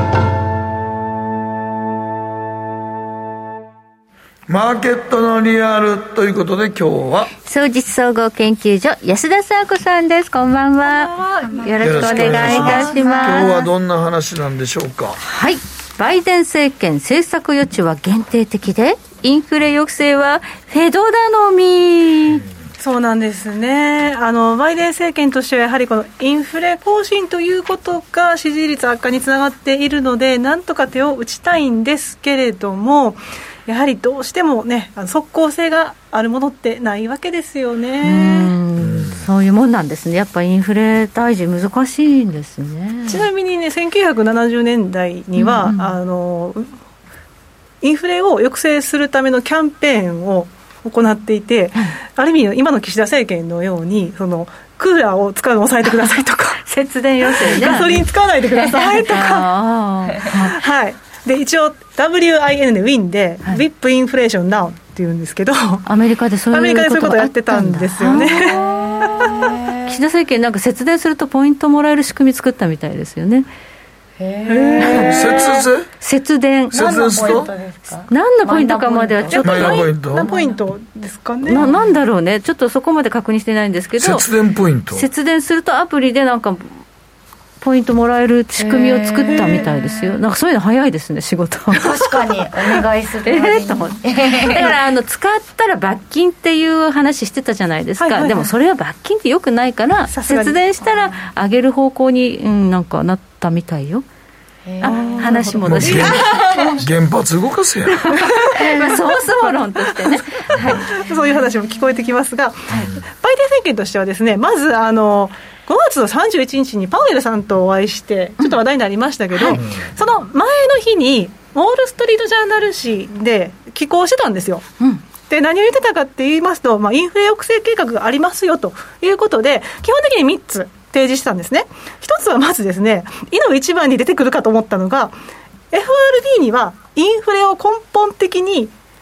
マーケットのリアルということで今日は双日総合研究所安田佐和子さんです。こんばんは。よろしくお願いいたします。今日はどんな話なんでしょうか。 はい、バイデン政権政策余地は限定的でインフレ抑制はフェド頼み。 そうなんですね。バイデン政権としてはやはりこのインフレ更新ということが支持率悪化につながっているので、なんとか手を打ちたいんですけれども、やはりどうしてもね、即効性があるものってないわけですよね。 そういうもんなんですね。やっぱインフレ退治難しいんですね。 ちなみにね、1970年代には、インフレを抑制するためのキャンペーンを行っていて、ある意味今の岸田政権のようにそのクーラーを使うのを抑えてくださいとか節電要請ね、 ガソリン使わないでくださいとかはい。で一応 WIN で WIN で、WIP インフレーションダウンっていうんですけど、 アメリカでそういうことをやってたんですよね。 岸田政権なんか節電するとポイントもらえる仕組み作ったみたいですよね。節電何のポイントですか？何のポイントかまではちょっと何ポイントですかね。 なんだろうね、ちょっとそこまで確認してないんですけど、 節電ポイント、 節電するとアプリでなんかポイントもらえる仕組みを作ったみたいですよ。なんかそういうの早いですね、仕事。 確かにお願いすると思ってだから使ったら罰金っていう話してたじゃないですか、でもそれは罰金ってよくないから節電したら上げる方向に、なんかなったみたいよ。話戻し原発動かせやそもそも論としてね、 そういう話も聞こえてきますが、バイデン政権としてはですね、まず5月の31日にパウエルさんとお会いしてちょっと話題になりましたけど、その前の日にウォールストリートジャーナル紙で寄稿してたんですよ。で何を言ってたかって言いますと、インフレ抑制計画がありますよということで、基本的に3つ提示してたんですね。一つはまずですね、いの一番に出てくるかと思ったのが FRB にはインフレを根本的に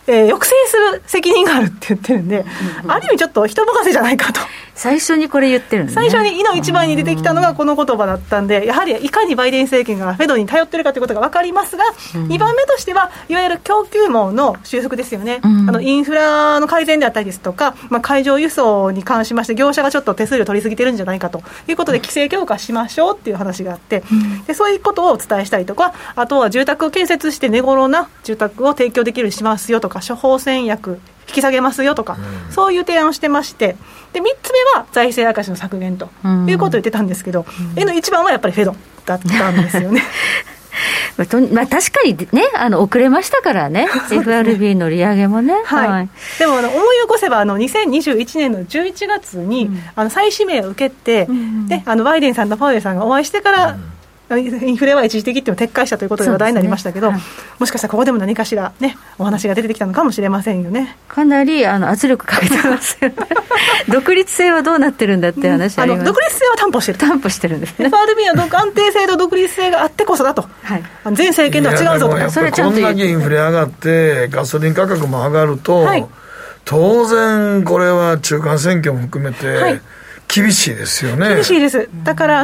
抑制する責任があるって言ってるんで、ある意味ちょっと人任せじゃないかと。 最初にこれ言ってるんですね。 最初に、いの一番に出てきたのがこの言葉だったんで、やはりいかにバイデン政権がフェドに頼ってるかということが分かりますが、2番目としてはいわゆる供給網の収束ですよね。インフラの改善であったりですとか、海上輸送に関しまして業者がちょっと手数料取りすぎてるんじゃないかということで規制強化しましょうっていう話があって、でそういうことをお伝えしたりとか、あとは住宅を建設して値頃な住宅を提供できるようにしますよとか、処方箋薬引き下げますよとか、そういう提案をしてまして、で3つ目は財政赤字の削減ということを言ってたんですけど、N1 番はやっぱりフェドだったんですよね。 確かにね、遅れましたからね、FRB の利上げもね。 はい、でも思い起こせば2021年の11月に、再指名を受けて、でバイデンさんとパウエルさんがお会いしてから、インフレは一時的っていうのを撤回したということで話題になりましたけど、もしかしたらここでも何かしら、ね、お話が出てきたのかもしれませんよね。 かなり圧力かけてますよね。独立性はどうなってるんだって話あります。 独立性は担保してるんですね。FRB は安定性と独立性があってこそだと、前政権とは違うぞと。 それこんだけインフレ上がってガソリン価格も上がると、当然これは中間選挙も含めて、厳しいですよね。 厳しいです。だから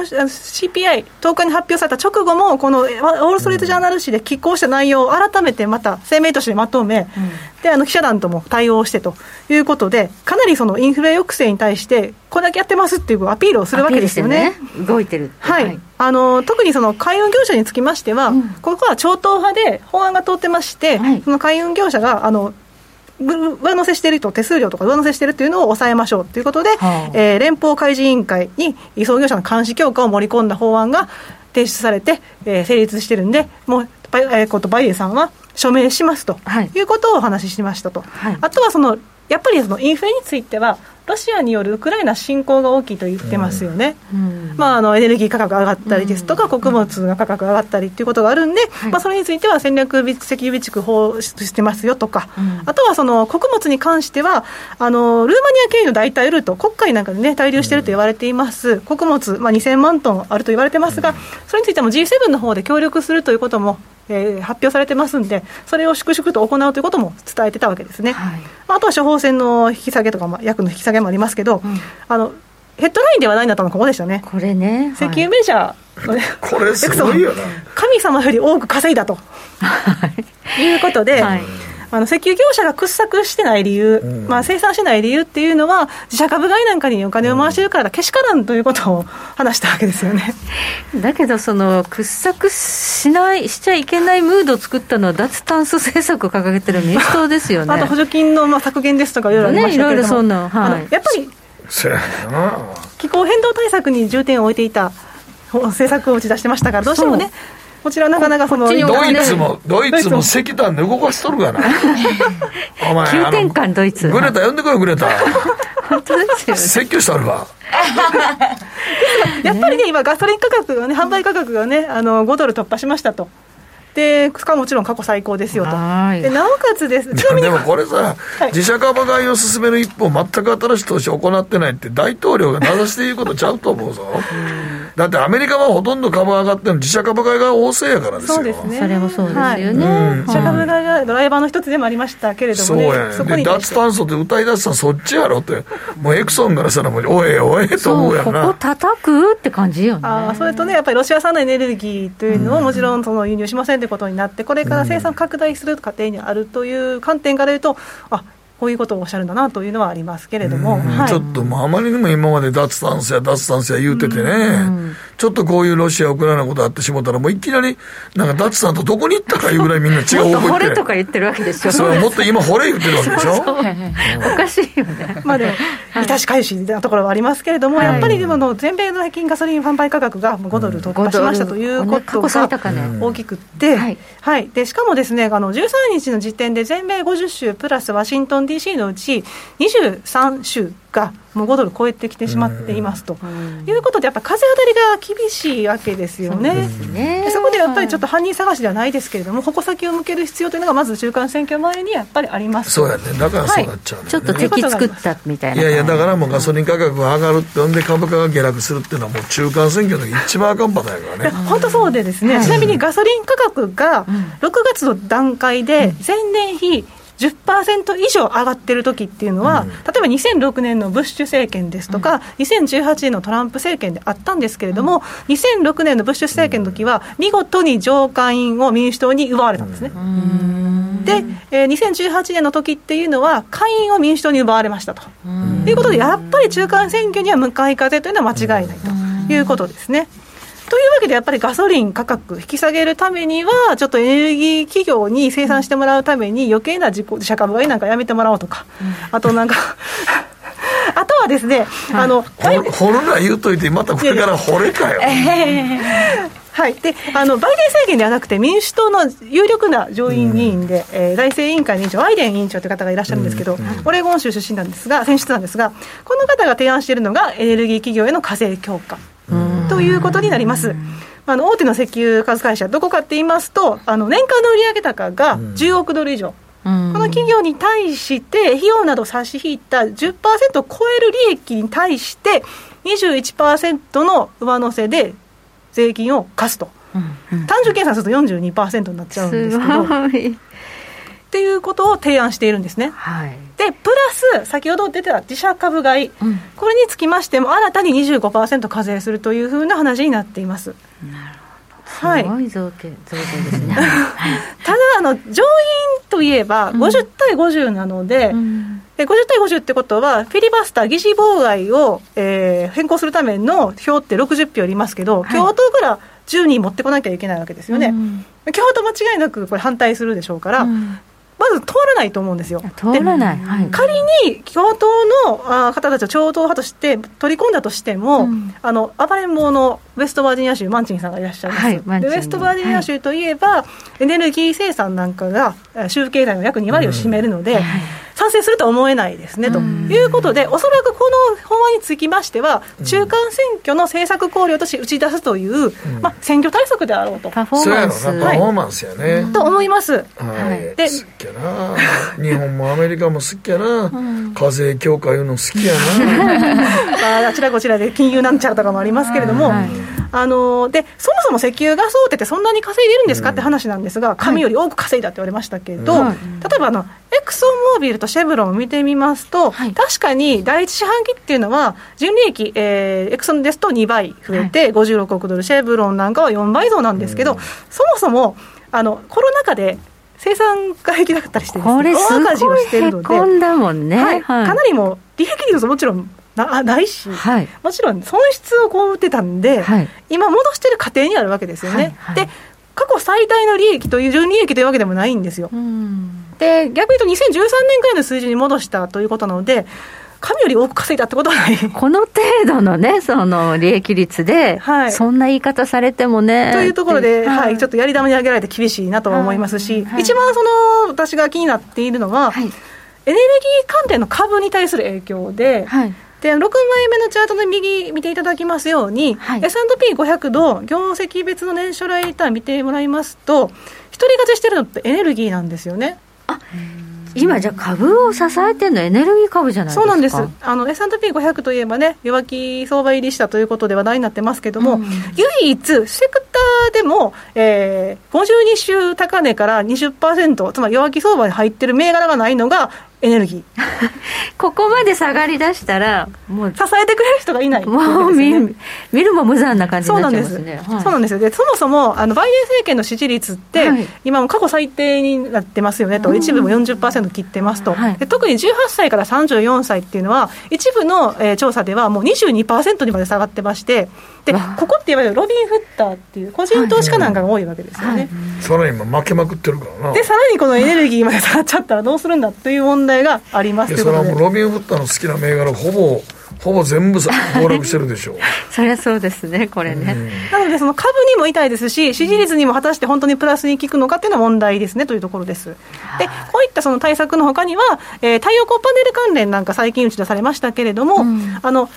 CPI 10日に発表された直後もこのウォールストリートジャーナル紙で寄稿した内容を改めてまた声明としてまとめ、で記者団とも対応してということで、かなりそのインフレ抑制に対してこれだけやってますっていうアピールをするわけですよね。 動いてるって、 特にその海運業者につきましては、ここは超党派で法案が通ってまして、その海運業者が上乗せしていると、手数料とか上乗せしているというのを抑えましょうということで、連邦開示委員会に輸送業者の監視強化を盛り込んだ法案が提出されて、成立しているんで、もうバイデンさんは署名しますということをお話ししましたと。あとはやっぱりインフレについてはロシアによるウクライナ侵攻が大きいと言ってますよね。エネルギー価格が上がったりですとか、穀物の価格が上がったりということがあるんで、それについては戦略石油備蓄放出してますよとか、あとは穀物に関してはルーマニア経由の代替ルート、黒海なんかでね滞留していると言われています穀物、2000万トンあると言われてますが、それについても G7 の方で協力するということも発表されてますんで、それを粛々と行うということも伝えてたわけですね。あとは処方箋の引き下げとか、薬の引き下げもありますけど、ヘッドラインで話題になったのはここでしたね。 これね、 石油メジャーの、 これすごいよな。 神様より多く稼いだということで、石油業者が掘削してない理由、生産してない理由っていうのは自社株買いなんかにお金を回してるからけしからんということを話したわけですよね。 だけど掘削しちゃいけないムードを作ったのは脱炭素政策を掲げてる民主党ですよね。 あと補助金の削減ですとかいろいろありましたけれども、やっぱり気候変動対策に重点を置いていた政策を打ち出してましたから、どうしてもね、こちらなかなかドイツも石炭で動かしとるがな。お前急転換ドイツ。 グレタ呼んでこいグレタ。 本当ですよね。 説教してあるわ。 やっぱりね、今ガソリン価格がね、販売価格がね5ドル突破しましたと。でもちろん過去最高ですよと。でなおかつです。 でもこれさ、自社株買いを進める一方全く新しい投資を行ってないって大統領が名指して言うことちゃうと思うぞ。だってアメリカはほとんど株上がってるの自社株買いが旺盛やからですよ。 そうですね。 それもそうですよね。 自社株買いがドライバーの一つでもありましたけれどもね。 そうやね。で脱炭素って歌い出したらそっちやろって、もうエクソンからしたらもうおいと思うやな。 ここ叩くって感じよね。 それとね、やっぱりロシア産のエネルギーというのをもちろん輸入しませんってことになって、これから生産拡大する過程にあるという観点から言うと、こういうことをおっしゃるんだなというのはありますけれども、 ちょっとあまりにも今まで脱炭素や言うててね、ちょっとこういうロシアウクライナのことあってしもたらもういきなりなんか脱炭素どこに行ったかいうぐらいみんな違う覚えてもっと掘れとか言ってるわけでしょ。 そうもっと今掘れ言ってるわけでしょ。 おかしいよね。 でも致し返しなところはありますけれども、やっぱりでも全米の平均ガソリン販売価格が5ドル突破しましたということが大きくって、でしかもですね、13日の時点で全米50州プラスワシントン DC のうち23州がもう5ドル超えてきてしまっていますということで、やっぱり風当たりが厳しいわけですよね。でそこでやっぱりちょっと犯人探しではないですけれども、矛先を向ける必要というのがまず中間選挙前にやっぱりあります。 そうやね。だからそうなっちゃうね。 ちょっと敵作ったみたいな。 いやだからもうガソリン価格が上がるってんで株価が下落するっていうのはもう中間選挙の一番あかんパターンやからね。 本当そうでですね、ちなみにガソリン価格が6月の段階で前年比 10% 以上上がってる時っていうのは、例えば2006年のブッシュ政権ですとか、2018年のトランプ政権であったんですけれども、2006年のブッシュ政権の時は見事に上下院を民主党に奪われたんですね。で、2018年の時っていうのは下院を民主党に奪われましたということで、やっぱり中間選挙には向かい風というのは間違いないということですね。というわけでやっぱりガソリン価格引き下げるためにはちょっとエネルギー企業に生産してもらうために余計な自社株買いなんかやめてもらおうとか、あとなんかあとはですね、 掘るな言うといてまたこれから掘れかよはい、でバイデン政権ではなくて民主党の有力な上院議員で、財政委員会の委員長ワイデン委員長という方がいらっしゃるんですけど、オレゴン州出身なんですが、選出なんですが、この方が提案しているのがエネルギー企業への課税強化ということになります。大手の石油ガス会社どこかって言いますと、年間の売上高が10億ドル以上、この企業に対して費用など差し引いた 10% を超える利益に対して 21% の上乗せで税金を課すと、単純計算すると 42% になっちゃうんですけどっていうことを提案しているんですね、はい、でプラス先ほど出てた自社株買い、これにつきましても新たに 25% 課税するというふうな話になっています。なるほど、すごい増税ですねただ上院といえば50対50なので、50対50ってことはフィリバスター議事妨害を、変更するための票って60票ありますけど、共和党から10人持ってこなきゃいけないわけですよね、共和党間違いなくこれ反対するでしょうから、まず通らないと思うんですよ。 通らない、はい、 仮に共和党の方たちを超党派として取り込んだとしても、暴れん坊のウェストバージニア州マンチンさんがいらっしゃいます、はい、でウェストバージニア州といえば、エネルギー生産なんかが州経済の約2割を占めるので、賛成するとは思えないですね、ということで、おそらくこの法案につきましては中間選挙の政策考慮として打ち出すという、選挙対策であろうと、 パフォーマンスやね、 と思います、 で好きやな、日本もアメリカも好きやな、課税強化いうの好きやなあちらこちらで金融なんちゃらとかもありますけれども、でそもそも石油ガス大手ってそんなに稼いでいるんですかって話なんですが、紙より多く稼いだって言われましたけど、例えばエクソンモービルとシェブロンを見てみますと、確かに第一四半期っていうのは純利益、エクソンですと2倍増えて56億ドル、シェブロンなんかは4倍増なんですけど、そもそもコロナ禍で生産が益だったりしてですね、 これすごいへこんだもんね、 かなりもう利益率もちろんないし、もちろん損失を被ってたんで、今戻してる過程にあるわけですよね、で過去最大の利益という純利益というわけでもないんですよ、で逆に言うと2013年くらいの数字に戻したということなので、紙より多く稼いだってことはないこの程度のね、その利益率で、そんな言い方されてもねというところで、ちょっとやり玉に上げられて厳しいなとは思いますし、一番私が気になっているのは、エネルギー関連の株に対する影響で、で6枚目のチャートの右見ていただきますように、S&P500 の業績別の年初来リターン見てもらいますと、一人勝ちしてるのってエネルギーなんですよね。 今じゃあ株を支えてるのエネルギー株じゃないですか。 そうなんです。S&P500 といえばね、弱気相場入りしたということで話題になってますけども、唯一セクターでも、52週高値から 20%、つまり弱気相場に入ってる銘柄がないのがエネルギーここまで下がりだしたらもう支えてくれる人がいない、 もう見るも無残な感じになっちゃいますね。 そうなんですよ。でそもそもバイデン政権の支持率って、今も過去最低になってますよねと、一部も 40% 切ってますと、で特に18歳から34歳っていうのは一部の、調査ではもう 22% にまで下がってまして、でここっていわゆるロビンフッターっていう個人投資家なんかが多いわけですよね、 さらに今負けまくってるからな。 でさらにこのエネルギーまで下がっちゃったらどうするんだという問題がありますということで、 それはもうロビンフッターの好きな銘柄ほぼ全部暴落してるでしょうそりゃそうですね、これね、 なのでその株にも痛いですし、支持率にも果たして本当にプラスに効くのかっていうのは問題ですねというところです。でこういったその対策の他には、太陽光パネル関連なんか最近打ち出されましたけれども、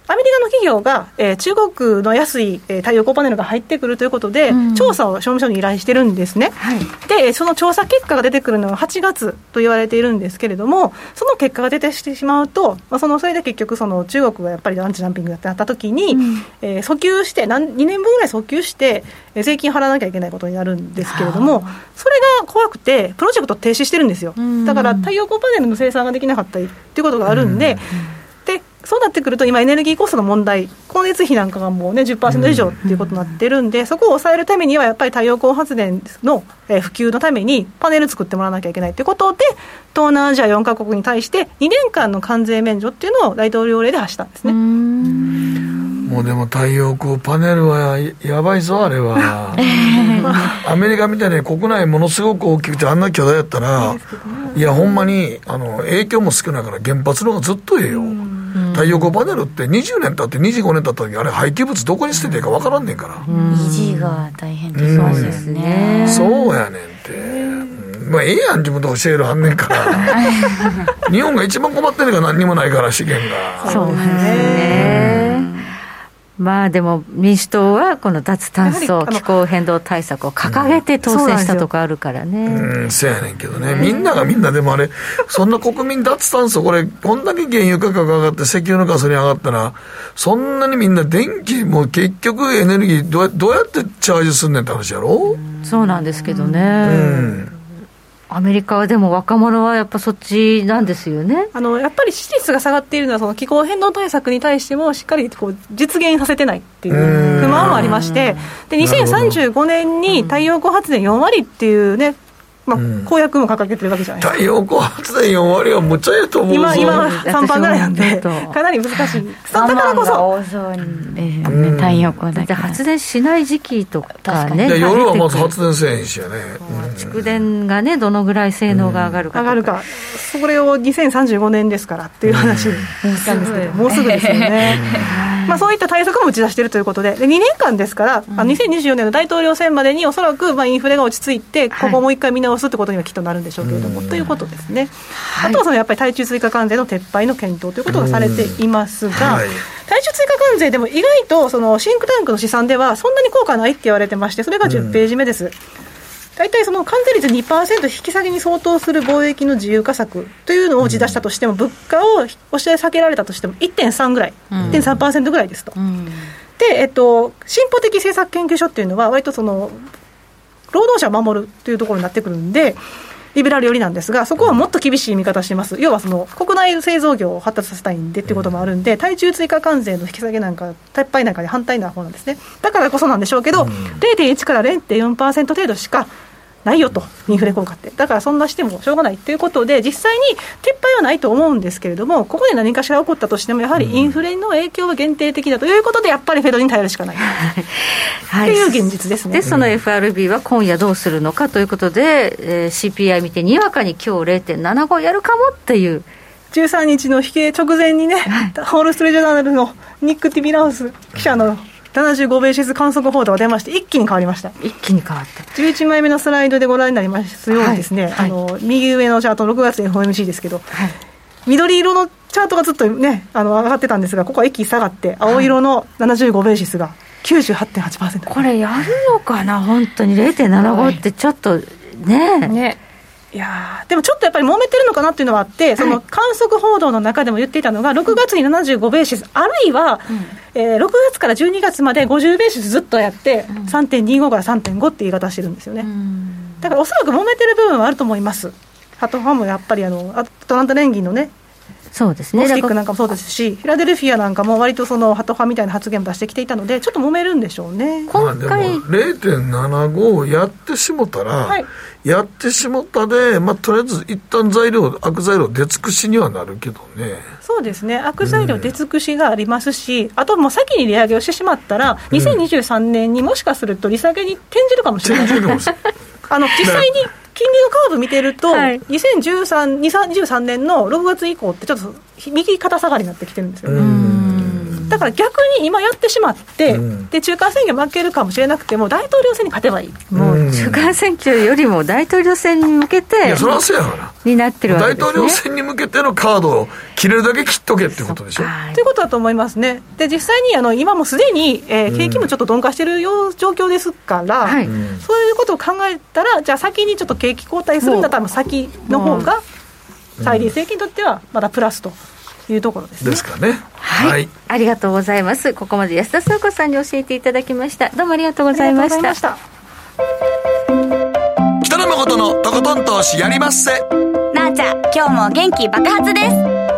アメリカの企業が、中国の安い、太陽光パネルが入ってくるということで、調査を商務省に依頼してるんですね、はい、でその調査結果が出てくるのは8月と言われているんですけれども、その結果が出てしてしまうと、それで結局その中国がやっぱりアンチダンピングだってなった時に、訴求して2年分ぐらい訴求して税金払わなきゃいけないことになるんですけれども、それが怖くてプロジェクト停止してるんですよ。だから太陽光パネルの生産ができなかったりっていうことがあるんで、でそうなってくると今エネルギーコストの問題、光熱費なんかがもうね 10% 以上っていうことになってるんで、そこを抑えるためにはやっぱり太陽光発電の普及のためにパネル作ってもらわなきゃいけないということで、東南アジア4カ国に対して2年間の関税免除っていうのを大統領令で発したんですね。 もうでも太陽光パネルはやばいぞあれはアメリカみたいに国内ものすごく大きくてあんな巨大やったら、いやほんまに影響も少ないから原発の方がずっとええよ。太陽光パネルって20年経って25年経った時あれ廃棄物どこに捨てていいか分からんねんから、 維持が大変ですそうですね。 そうやねんってまあええやん自分とこシェールあんねんから日本が一番困ってるから何にもないから資源が。 そうですね。まあでも民主党はこの脱炭素気候変動対策を掲げて当選したとこあるからね。 そうやねんけどね、みんながみんなでもあれそんな国民脱炭素これこんだけ原油価格上がって石油のガソリン上がったらそんなにみんな電気も結局エネルギーどうやってチャージすんねんって話やろ。 そうなんですけどね、アメリカはでも若者はやっぱそっちなんですよね。 やっぱり支持率が下がっているのはその気候変動対策に対してもしっかりこう実現させてないっていう不満もありまして、で2035年に太陽光発電4割っていうね、公約も掲げてるわけじゃないですか。 太陽光発電4割はむっちゃええと思うぞ。 今 3% ぐらいなんでかなり難しい。だからこそ太陽光だけ発電しない時期とかね、 夜はまず発電せえへんしやね、 蓄電がねどのぐらい性能が上がるかとか、 上がるか、それを2035年ですからっていう話にしたんですけど、もうすぐですよねそういった対策も打ち出しているということで、2年間ですから、2024年の大統領選までにおそらくインフレが落ち着いて、ここもう一回見直すってことにはきっとなるんでしょうけれども、ということですね。あとはやっぱり対中追加関税の撤廃の検討ということがされていますが、対中追加関税でも意外とそのシンクタンクの試算ではそんなに効果ないって言われてまして、それが10ページ目です。大体その関税率 2% 引き下げに相当する貿易の自由化策というのを打ち出したとしても、物価を押し下げられたとしても 1.3 ぐらい、1.3% ぐらいですと。で、進歩的政策研究所っていうのは割とその労働者を守るというところになってくるんでリベラル寄りなんですが、そこはもっと厳しい見方してます。要はその国内製造業を発達させたいんでっていうこともあるんで、対中追加関税の引き下げなんか撤廃なんかに反対な方なんですね。だからこそなんでしょうけど、0.1 から 0.4% 程度しかないよと、インフレ効果って。だからそんなしてもしょうがないということで、実際に撤廃はないと思うんですけれども、ここで何かしら起こったとしてもやはりインフレの影響は限定的だということで、やっぱりフェドに頼るしかないという現実ですね。 でその FRB は今夜どうするのかということで、CPI 見てにわかに今日 0.75 やるかもっていう 13日の引け直前にね、ホールストリートジャーナルのニック・ティビラウス記者の75ベーシス観測報道が出まして、一気に変わりました。 一気に変わった。 11枚目のスライドでご覧になりますようにですね、右上のチャート6月 FOMC ですけど、緑色のチャートがずっとね上がってたんですが、ここは一気に下がって青色の75ベーシスが 98.8%、 これやるのかな本当に 0.75 ってちょっとねいやでもちょっとやっぱり揉めてるのかなっていうのはあって、その観測報道の中でも言っていたのが、6月に75ベーシス、あるいは、6月から12月まで50ベーシスずっとやって、3.25 から 3.5 って言い方してるんですよね。だからおそらく揉めてる部分はあると思います。ハト派もやっぱりアトランタ連銀のね、 そうですね、 モスキックなんかもそうですし、フィラデルフィアなんかも割とそのハト派みたいな発言を出してきていたので、ちょっと揉めるんでしょうね。 今回、 でも 0.75 やってしもたら、やってしもったで、とりあえず一旦悪材料出尽くしにはなるけどね。 そうですね、悪材料出尽くしがありますし、あともう先に利上げをしてしまったら、2023年にもしかすると利下げに転じるかもしれない実際に金利のカーブ見てると、2023年の6月以降ってちょっと右肩下がりになってきてるんですよね。 だから逆に今やってしまって、で中間選挙負けるかもしれなくても大統領選に勝てばいい。 もう中間選挙よりも大統領選に向けて、 いやそれはそうやからになってるわけですね。 大統領選に向けてのカードを切れるだけ切っとけっていうことでしょ。 ということだと思いますね。で実際に今もすでに、景気もちょっと鈍化している状況ですから、そういうことを考えたら、じゃあ先にちょっと景気後退するんだったら先の方がサイリー政権にとってはまだプラスというところですね。 ですかね。 はい、ありがとうございます。ここまで安田紗子さんに教えていただきました。どうもありがとうございました。 北野誠のとことん投資やりまっせ。 なあちゃん、今日も元気爆発です。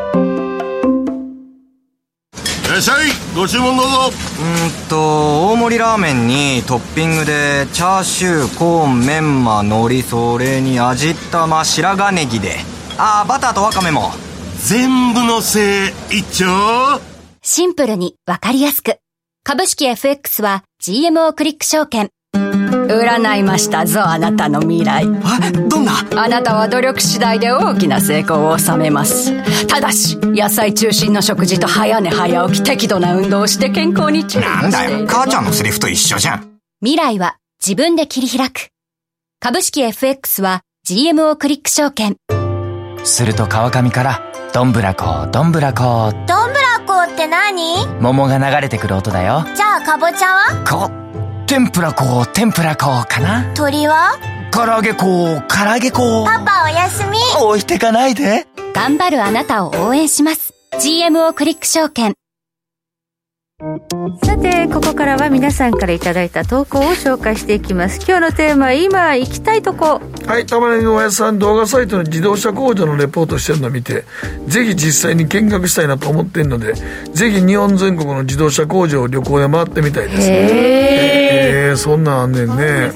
いらっしゃい、ご注文どうぞ。 大盛りラーメンにトッピングでチャーシュー、コーン、メンマ、海苔、それに味玉、白髪ネギで、バターとワカメも全部のせい一丁。 シンプルにわかりやすく。株式 FX は GMO クリック証券。 占いましたぞ、あなたの未来。 どんな？ あなたは努力次第で大きな成功を収めます。ただし野菜中心の食事と早寝早起き、適度な運動をして健康に注意して。 なんだよ、母ちゃんのセリフと一緒じゃん。 未来は自分で切り開く。株式 FX は GMO クリック証券。 すると川上からどんぶらこどんぶらこ。 どんぶらこって何？ 桃が流れてくる音だよ。 じゃあかぼちゃは？ 天ぷら粉天ぷら粉かな。 鳥は？ 唐揚げ粉唐揚げ粉。 パパおやすみ。 置いてかないで。 頑張るあなたを応援します。 GMO クリック証券。 さてここからは皆さんからいただいた投稿を紹介していきます。今日のテーマは今行きたいとこ。 はい、玉ねぎのおやつさん、動画サイトの自動車工場のレポートしてるのを見て、ぜひ実際に見学したいなと思ってるので、ぜひ日本全国の自動車工場を旅行で回ってみたいです。そんなんあんねんね。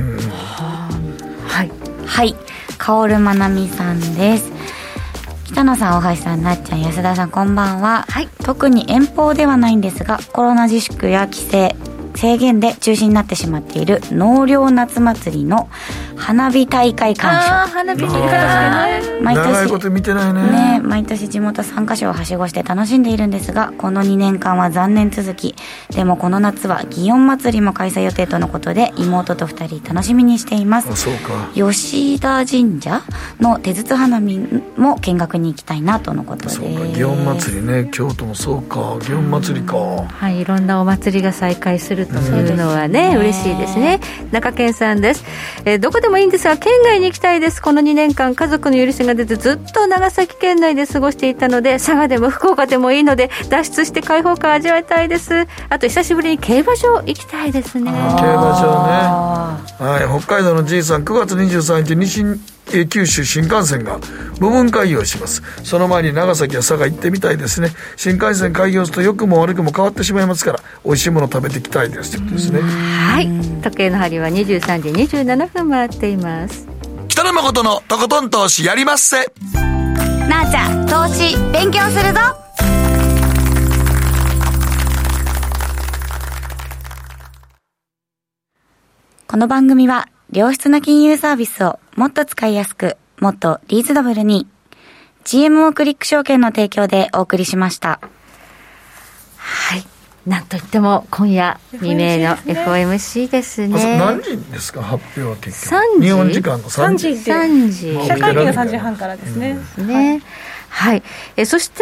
はいはい、カオルまなみさんです。北野さん、大橋さん、なっちゃん、安田さん、こんばんは。はい、特に遠方ではないんですが、コロナ自粛や規制制限で中止になってしまっている納涼夏祭りの花火大会鑑賞。 花火大会、 長いこと見てないね。 毎年地元3カ所をはしごして楽しんでいるんですが、この2年間は残念続き。でもこの夏は祇園祭りも開催予定とのことで、妹と2人楽しみにしています。 そうか。 吉田神社の手筒花火も見学に行きたいなとのことです。そうか、 祇園祭りね、京都もそうか、祇園祭りか。 はい、いろんなお祭りが再開するというのはね、嬉しいですね。中堅さんです。どこでもいいんですが県外に行きたいです。この2年間家族の許しが出てずっと長崎県内で過ごしていたので、佐賀でも福岡でもいいので脱出して開放感味わいたいです。あと久しぶりに競馬場行きたいですね。競馬場ね、はい、北海道のじいさん、9月23日西九州新幹線が部分開業します。その前に長崎や佐賀行ってみたいですね。新幹線開業すると良くも悪くも変わってしまいますから、美味しいもの食べていきたいですということですね。 はい、時計の針は23時27分回っています。 北野誠のとことん投資やりまっせ。 なあちゃん、投資勉強するぞ。この番組は良質な金融サービスをもっと使いやすく、もっとリーズナブルに GMO クリック証券の提供でお送りしました。 はい、なんといっても今夜未明の FOMC ですね。 何時ですか、発表は結局。 3時、 日本時間の3時。 3時。記者会見が3時半からですね。 はい、そして、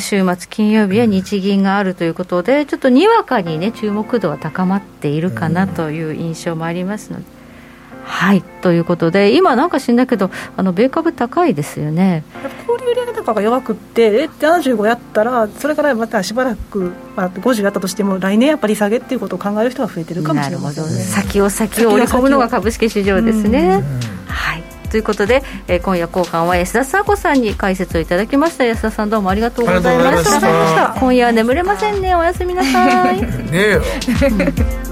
週末金曜日は日銀があるということで、ちょっとにわかにね注目度は高まっているかなという印象もありますので、はい、ということで今なんか知んないけど米株高いですよね。 小売売上高が弱くって75やったら、それからまたしばらく、50やったとしても来年やっぱり下げっていうことを考える人が増えてるかもしれませんね。 先を織り込むのが株式市場ですね。はい、ということで、今夜後半は安田紗子さんに解説をいただきました。安田さん、どうもありがとうございました。今夜は眠れませんね。おやすみなさい。 ねえよ